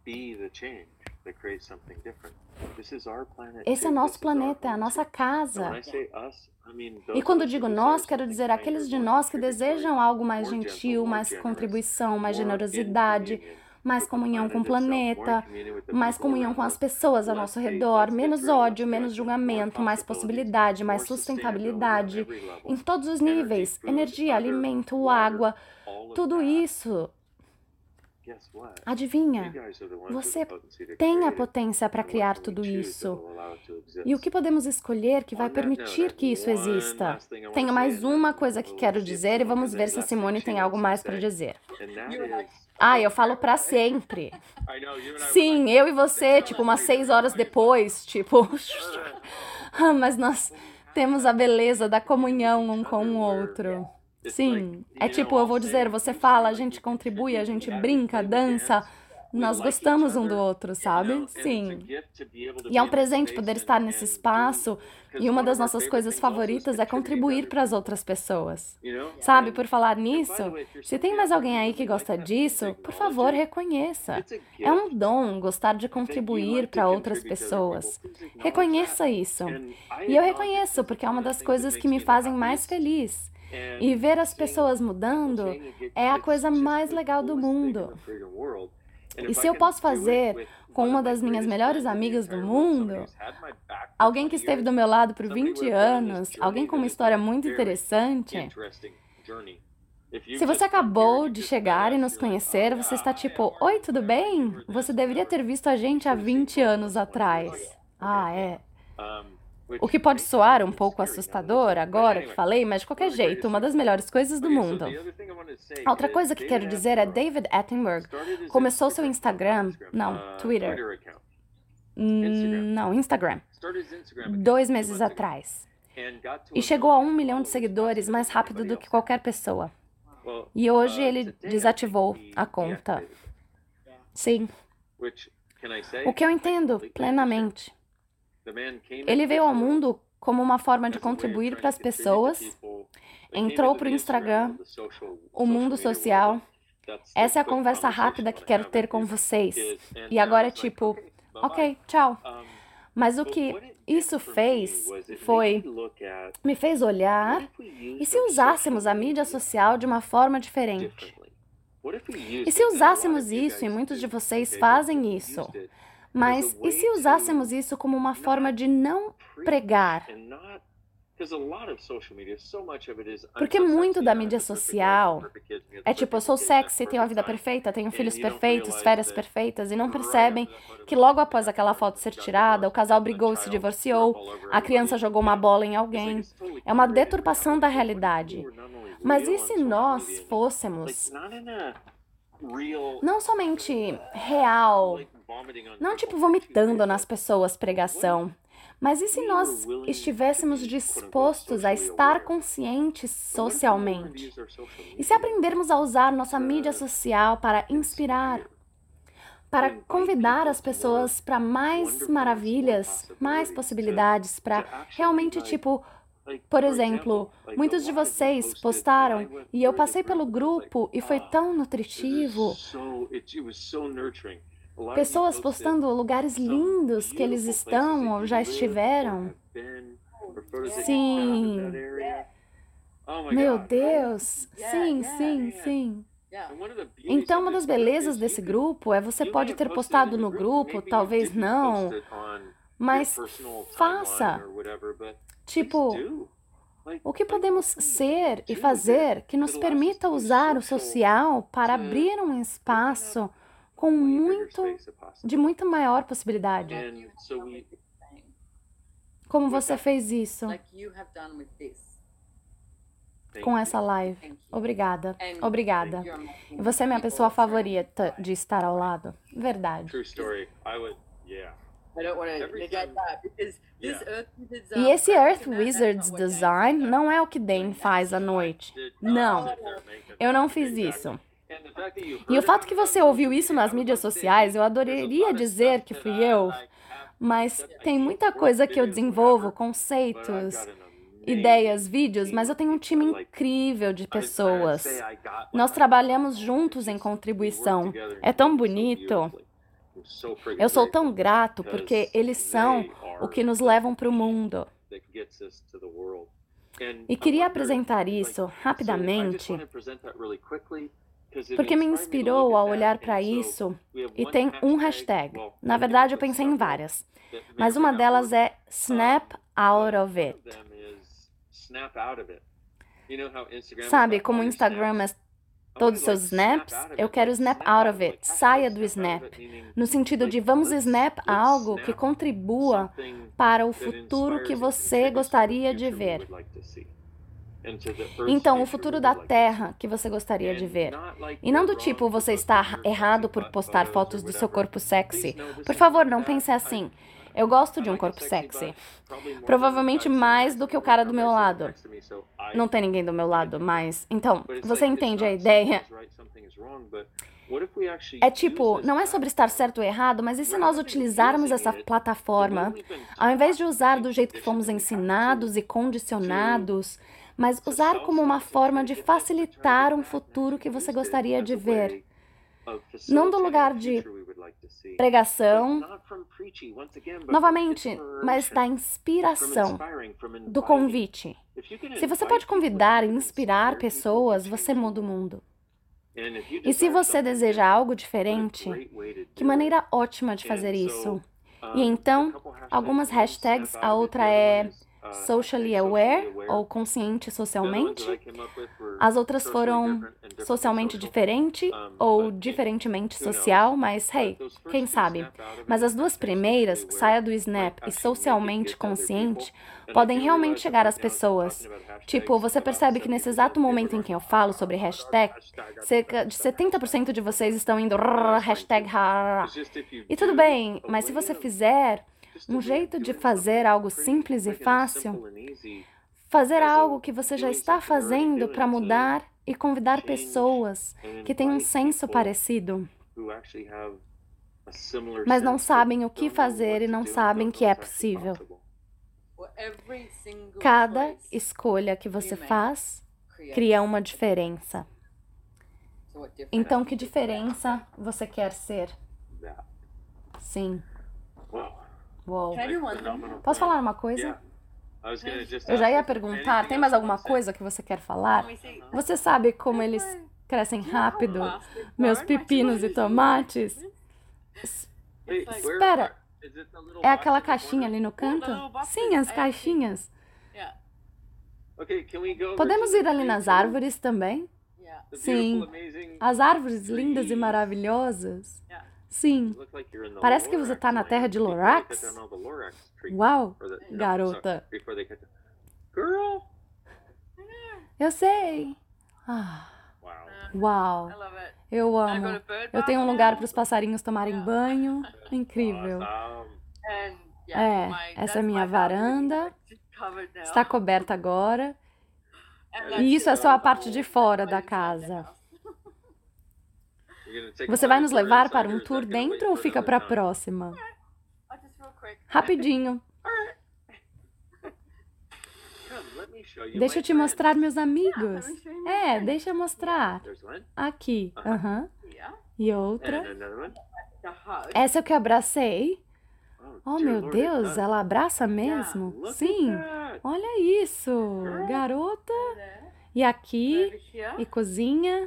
S1: Esse é nosso planeta, é a nossa casa. E quando digo nós, quero dizer aqueles de nós que desejam algo mais gentil, mais contribuição, mais generosidade, mais comunhão com o planeta, mais comunhão com as pessoas ao nosso redor, menos ódio, menos julgamento, mais possibilidade, mais sustentabilidade, em todos os níveis, energia, alimento, água, tudo isso. Adivinha, você tem a potência para criar tudo isso. E o que podemos escolher que vai permitir que isso exista? Tenho mais uma coisa que quero dizer e vamos ver se a Simone tem algo mais para dizer. Ah, eu falo pra sempre. Sim, eu e você, tipo, umas seis horas depois, tipo... Mas nós temos a beleza da comunhão um com o outro. Sim, é tipo, eu vou dizer, você fala, a gente contribui, a gente brinca, dança, nós gostamos um do outro, sabe? Sim. E é um presente poder estar nesse espaço, e uma das nossas coisas favoritas é contribuir para as outras pessoas. Sabe, por falar nisso, se tem mais alguém aí que gosta disso, por favor, reconheça. É um dom gostar de contribuir para outras pessoas. Reconheça isso. E eu reconheço, porque é uma das coisas que me fazem mais feliz. E ver as pessoas mudando é a coisa mais legal do mundo. E se eu posso fazer com uma das minhas melhores amigas do mundo, alguém que esteve do meu lado por vinte anos, alguém com uma história muito interessante, se você acabou de chegar e nos conhecer, você está tipo, oi, tudo bem? Você deveria ter visto a gente há vinte anos atrás. Ah, é. O que pode soar um pouco assustador agora que falei, mas de qualquer jeito, uma das melhores coisas do mundo. A outra coisa que quero dizer é David Attenborough começou seu Instagram, não, Twitter, não, Instagram, dois meses atrás. E chegou a um milhão de seguidores mais rápido do que qualquer pessoa. E hoje ele desativou a conta. Sim. O que eu entendo plenamente. Ele veio ao mundo como uma forma de contribuir para as pessoas, entrou para o Instagram, o mundo social. Essa é a conversa rápida que quero ter com vocês. E agora é tipo, ok, tchau. Mas o que isso fez foi, me fez olhar, e se usássemos a mídia social de uma forma diferente? E se usássemos isso, e muitos de vocês fazem isso, mas e se usássemos isso como uma forma de não pregar? Porque muito da mídia social é tipo, eu sou sexy, tenho a vida perfeita, tenho filhos perfeitos, férias perfeitas, e não percebem que logo após aquela foto ser tirada, o casal brigou e se divorciou, a criança jogou uma bola em alguém. É uma deturpação da realidade. Mas e se nós fôssemos não somente real, não tipo vomitando nas pessoas pregação, mas e se nós estivéssemos dispostos a estar conscientes socialmente? E se aprendermos a usar nossa mídia social para inspirar, para convidar as pessoas para mais maravilhas, mais possibilidades, para realmente tipo, por exemplo, muitos de vocês postaram e eu passei pelo grupo e foi tão nutritivo. Pessoas postando lugares lindos que eles estão ou já estiveram. Sim. Meu Deus. Sim, sim, sim. Então, uma das belezas desse grupo é você pode ter postado no grupo, talvez não, Mas
S3: your personal
S1: faça.
S3: timeline or whatever, but
S1: Tipo,
S3: please do. Like,
S1: o que
S3: like,
S1: podemos ser e fazer que nos permita usar o social para abrir um espaço com
S3: way bigger
S1: muito,
S3: space if possible.
S1: de muito maior possibilidade?
S3: And so we
S1: Como você fez isso
S2: like you have done with this.
S3: thank
S1: com
S3: you.
S1: essa live?
S2: Thank you.
S1: Obrigada,
S2: And
S1: obrigada.
S2: you're making
S1: E você é minha
S2: people
S1: pessoa
S2: surround
S1: favorita
S2: by.
S1: de estar ao lado. Verdade.
S3: True story. I would, yeah.
S2: I don't want to
S3: Every
S2: negate
S3: time-
S2: that because this
S3: Yeah.
S2: Earth Wizards.
S1: E
S2: um,
S1: esse
S2: practice,
S1: Earth
S2: that- that's
S1: Wizards
S2: not what
S1: design
S2: Dane
S1: não é o que Dane faz à noite. Não, eu não fiz isso. E o fato que você ouviu isso nas mídias sociais, eu adoraria dizer que fui eu, mas tem muita coisa que eu desenvolvo, conceitos, ideias, vídeos, mas eu tenho um time incrível de pessoas. Nós trabalhamos juntos em contribuição. É tão bonito. Eu sou tão grato porque eles são o que nos levam para o mundo. E queria apresentar isso rapidamente, porque me inspirou a olhar para isso e tem um hashtag. Na verdade, eu pensei em várias, mas uma delas é Snap Out of It. Sabe como o Instagram é todos os seus snaps? Eu quero snap out of it, saia do snap, no sentido de vamos snap algo que contribua para o futuro que você gostaria de ver. Então, o futuro da Terra que você gostaria de ver. E não do tipo, você está errado por postar fotos do seu corpo sexy. Por favor, não pense assim. Eu gosto de um corpo sexy. Provavelmente mais do que o cara do meu lado. Não tem ninguém do meu lado, mas... Então, você entende a ideia? É tipo, não é sobre estar certo ou errado, mas e se nós utilizarmos essa plataforma, ao invés de usar do jeito que fomos ensinados e condicionados, mas usar como uma forma de facilitar um futuro que você gostaria de ver. Não do lugar de pregação, novamente, mas da inspiração, do convite. Se você pode convidar e inspirar pessoas, você muda o mundo. E se você deseja algo diferente, que maneira ótima de fazer isso. E então, algumas hashtags, a outra é socially aware, ou consciente socialmente. As outras foram socialmente diferente, ou diferentemente social, mas hey, quem sabe? Mas as duas primeiras, saia do snap e socialmente consciente, podem realmente chegar às pessoas. Tipo, você percebe que nesse exato momento em que eu falo sobre hashtag, cerca de setenta por cento de vocês estão indo hashtag ha. E tudo bem, mas se você fizer um jeito de fazer algo simples e fácil, fazer algo que você já está fazendo para mudar e convidar pessoas que têm um senso parecido, mas não sabem o que fazer e não sabem que é possível. Cada escolha que você faz cria uma diferença. Então, que diferença você quer ser? Sim. Uou. Posso falar uma coisa? Eu já ia perguntar, tem mais alguma coisa que você quer falar? Você sabe como eles crescem rápido? Meus pepinos e tomates? Espera, é aquela caixinha ali no canto? Sim, as caixinhas. Podemos ir ali nas árvores também? Sim, as árvores lindas e maravilhosas. Sim, parece que você está na terra de Lorax. Uau, garota. Eu sei. Ah, uau, eu amo. Eu tenho um lugar para os passarinhos tomarem banho. Incrível. É, essa é a minha varanda. Está coberta agora. E isso é só a parte de fora da casa. Você vai nos levar para um tour dentro ou fica para a próxima? Rapidinho. Deixa eu te mostrar meus amigos. É, deixa eu mostrar. Aqui. Aham. E outra. Essa é o que eu abracei. Oh, meu Deus, ela abraça mesmo? Sim. Olha isso. Garota. E aqui. E cozinha.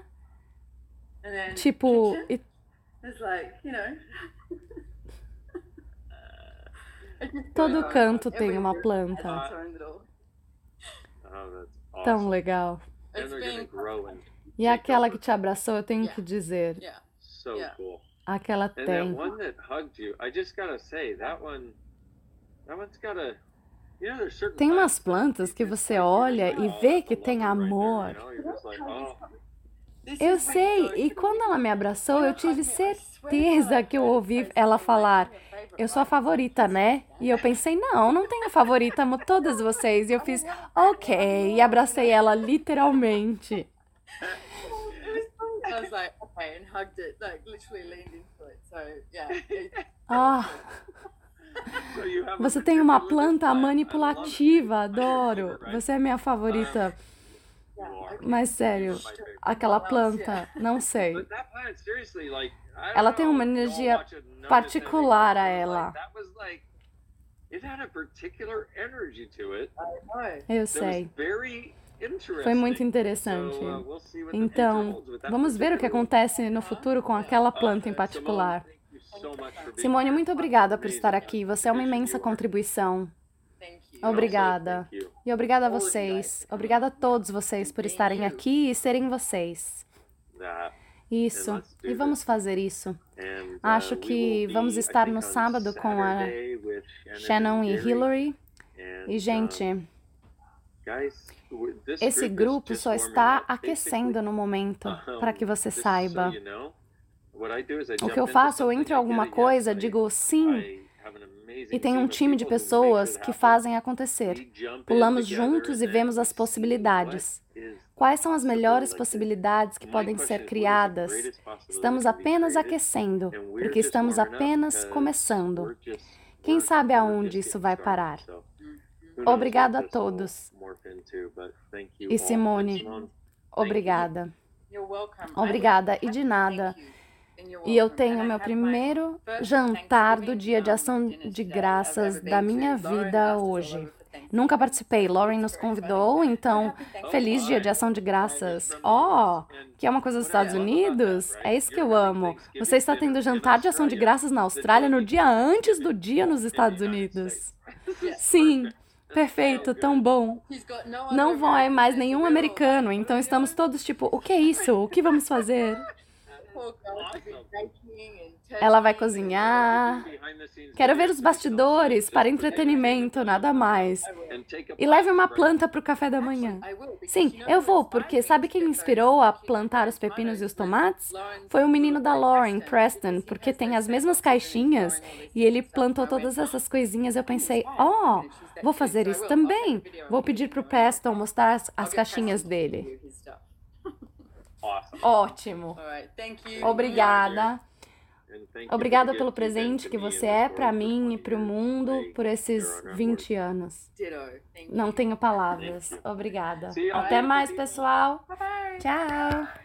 S1: Tipo, e... Todo canto
S2: Every
S1: tem uma
S2: group
S1: planta.
S2: has its own little-
S3: Oh, that's
S1: Tão
S3: awesome.
S1: legal.
S3: And
S2: It's
S3: they're gonna
S2: been
S3: grow and
S1: E aquela que te abraçou, eu tenho
S2: Yeah.
S1: que dizer,
S2: yeah.
S3: so
S2: Yeah.
S3: cool.
S1: aquela
S3: And that
S1: tem.
S3: one that hugged you, I just gotta say, that one, that one's got a, you know, there's certain
S1: Tem umas
S3: plants
S1: plantas que
S3: it's
S1: você
S3: like,
S1: olha
S3: you're
S1: e
S3: just, oh,
S1: vê
S3: that's
S1: que
S3: a
S1: tem
S3: lover right there,
S1: amor.
S3: you know? You're just like, oh.
S2: This
S1: Eu
S2: is when
S1: sei,
S2: you go
S1: e
S2: to the
S1: quando ela me abraçou, eu tive
S2: I swear to
S1: certeza
S2: God,
S1: que eu
S2: I
S1: ouvi
S2: heard
S1: ela
S2: something
S1: falar,
S2: like, "You're my favorite,
S1: eu sou a
S2: right?"
S1: favorita, né? E eu pensei, não, não tenho favorita, amo todas vocês. E eu fiz, ok, e abracei ela literalmente.
S2: I was like, okay, and hugged it, like literally leaned into it. So yeah, it,
S1: Ah,
S3: So you have a
S1: você tem uma
S3: particular
S1: planta
S3: plant. I love it.
S1: manipulativa,
S3: You're your
S1: adoro.
S3: favorite, right?
S1: Você é minha favorita.
S3: You are.
S1: Mas sério,
S3: You're my favorite.
S1: aquela planta, não sei.
S3: But that plant, seriously, like, I don't
S1: Ela tem
S3: know
S1: uma
S3: if you all
S1: energia
S3: watch it and notice
S1: particular a
S3: anything, but,
S1: ela.
S3: like, that was like, it had a particular energy to it
S2: I know.
S1: Eu
S3: that
S1: sei.
S3: was very interesting.
S1: Foi muito interessante.
S3: So, uh, we'll see what the future
S1: Então,
S3: holds with that
S1: vamos ver o que
S3: particular one.
S1: acontece no futuro com aquela planta em
S3: Uh,
S1: particular.
S3: Simone, thank you so much for being
S1: Simone,
S3: here.
S1: muito obrigada por
S3: Amazing
S1: estar aqui. Você é uma
S3: contribution
S1: imensa
S3: you are.
S1: contribuição.
S2: Thank you.
S3: And also,
S1: Obrigada.
S3: thank you.
S1: E obrigada a vocês. Obrigada a todos vocês por estarem aqui e serem vocês.
S3: That.
S1: Isso. E vamos fazer isso.
S3: And, uh,
S1: Acho
S3: we
S1: que
S3: will be,
S1: vamos
S3: I
S1: estar
S3: think,
S1: no
S3: on
S1: sábado com a
S3: Saturday with
S1: Shannon e
S3: Gary.
S1: Hillary.
S3: And,
S1: E, gente,
S3: uh, guys, w- this
S1: esse
S3: group is
S1: grupo
S3: just
S1: só
S3: warming
S1: está
S3: up.
S1: aquecendo no momento,
S3: Basically,
S1: para que você
S3: just so
S1: saiba.
S3: you know, what I do is I
S1: O
S3: jump
S1: que eu
S3: into
S1: faço, eu
S3: something,
S1: entro em
S3: I
S1: alguma
S3: get a yes,
S1: coisa,
S3: I-
S1: digo sim,
S3: I have an amazing
S1: e tem
S3: team
S1: um
S3: of
S1: time de
S3: people who make
S1: pessoas
S3: it
S1: que
S3: happen.
S1: fazem acontecer.
S3: We jump in
S1: Pulamos
S3: together
S1: juntos e
S3: and
S1: vemos
S3: we
S1: as
S3: see
S1: possibilidades.
S3: what is
S1: Quais são as melhores
S3: possible. Like,
S1: possibilidades que
S3: my
S1: podem
S3: question
S1: ser
S3: is, what is the
S1: criadas?
S3: greatest possibility
S1: Estamos
S3: that can be
S1: apenas
S3: created?
S1: aquecendo,
S3: And we're
S1: porque
S3: just
S1: estamos
S3: warming up
S1: apenas
S3: because
S1: começando.
S3: we're just-
S1: Quem
S3: we're-
S1: sabe
S3: we're
S1: aonde
S3: just
S1: isso
S3: getting
S1: vai
S3: started.
S1: parar?
S3: So, who knows
S1: Obrigada
S3: what
S1: a
S3: this will
S1: todos.
S3: morph into, but thank you
S1: E
S3: all.
S1: Simone,
S3: Simone,
S1: Obrigada.
S2: You're welcome.
S1: Obrigada,
S2: I
S1: e de
S2: have to
S1: nada.
S2: thank you, and you're
S1: E eu
S2: welcome.
S1: tenho
S2: And I
S1: meu
S2: have my
S1: primeiro
S2: first
S1: jantar do
S2: Thanksgiving,
S1: Dia de
S2: um,
S1: Ação
S2: dinner
S1: de
S2: today
S1: Graças
S2: I've ever
S1: da
S2: been to.
S1: minha
S2: Lauren
S1: vida
S2: asked us all
S1: hoje.
S2: over for Thanksgiving.
S1: Nunca participei, Lauren nos
S2: It's very
S1: convidou,
S2: funny.
S1: então
S2: Happy Thanksgiving.
S1: feliz Dia de Ação de Graças. Ó, que é uma coisa dos Estados Unidos? É isso que eu amo. Você está tendo jantar de Ação de Graças na Austrália no dia antes do dia nos Estados Unidos. Sim, perfeito, tão bom.
S2: He's got no other
S1: Não vai
S2: American
S1: mais
S2: friends,
S1: nenhum
S2: so we're all
S1: americano,
S2: like,
S1: então estamos todos tipo, o que é isso? O que vamos fazer?
S2: poor girl, she's been baking and
S1: Ela vai
S2: turkey and-
S1: cozinhar. Quero ver os bastidores para entretenimento, nada mais. E leve uma planta para o café da manhã.
S2: I will, because
S1: Sim,
S2: you know
S1: eu
S2: who
S1: vou, porque
S2: inspired
S1: sabe
S2: me
S1: quem
S2: to
S1: me
S2: get
S1: inspirou a
S2: those
S1: plantar os
S2: tomatoes?
S1: pepinos e os
S2: Lauren-
S1: tomates?
S2: Lauren's
S1: Foi o menino da Lauren,
S2: Preston,
S1: Preston,
S2: because he
S1: porque
S2: has
S1: tem
S2: those
S1: as mesmas
S2: same boxes
S1: caixinhas
S2: and growing all
S1: e
S2: this
S1: ele
S2: stuff.
S1: plantou
S2: I went,
S1: todas essas coisinhas. Eu pensei,
S2: "Oh,
S1: ó,
S2: she's that
S1: vou
S2: cute,
S1: fazer
S2: so I
S1: isso
S2: will. I'll take a
S1: também.
S2: video
S1: Vou
S2: and
S1: pedir
S2: put
S1: pro
S2: it on my
S1: Preston mostrar as,
S2: I'll
S1: as
S2: get
S1: caixinhas
S2: Preston to
S1: dele.
S2: do his stuff.
S3: Awesome.
S1: Ótimo.
S2: All right, thank you.
S1: Obrigada.
S3: And thank you
S1: Obrigada
S3: for the
S1: pelo
S3: gift you've been
S1: presente
S3: to
S1: que
S3: me and
S1: você
S3: the
S1: é
S3: story
S1: para
S3: for
S1: mim e
S3: twenty
S1: para o
S3: years.
S1: mundo
S3: They-
S1: por esses
S3: they're on our
S1: vinte anos.
S2: Ditto. Thank
S1: Não
S2: you.
S1: tenho palavras. Obrigada.
S3: See you.
S1: Até mais, pessoal.
S2: Bye bye.
S1: Tchau.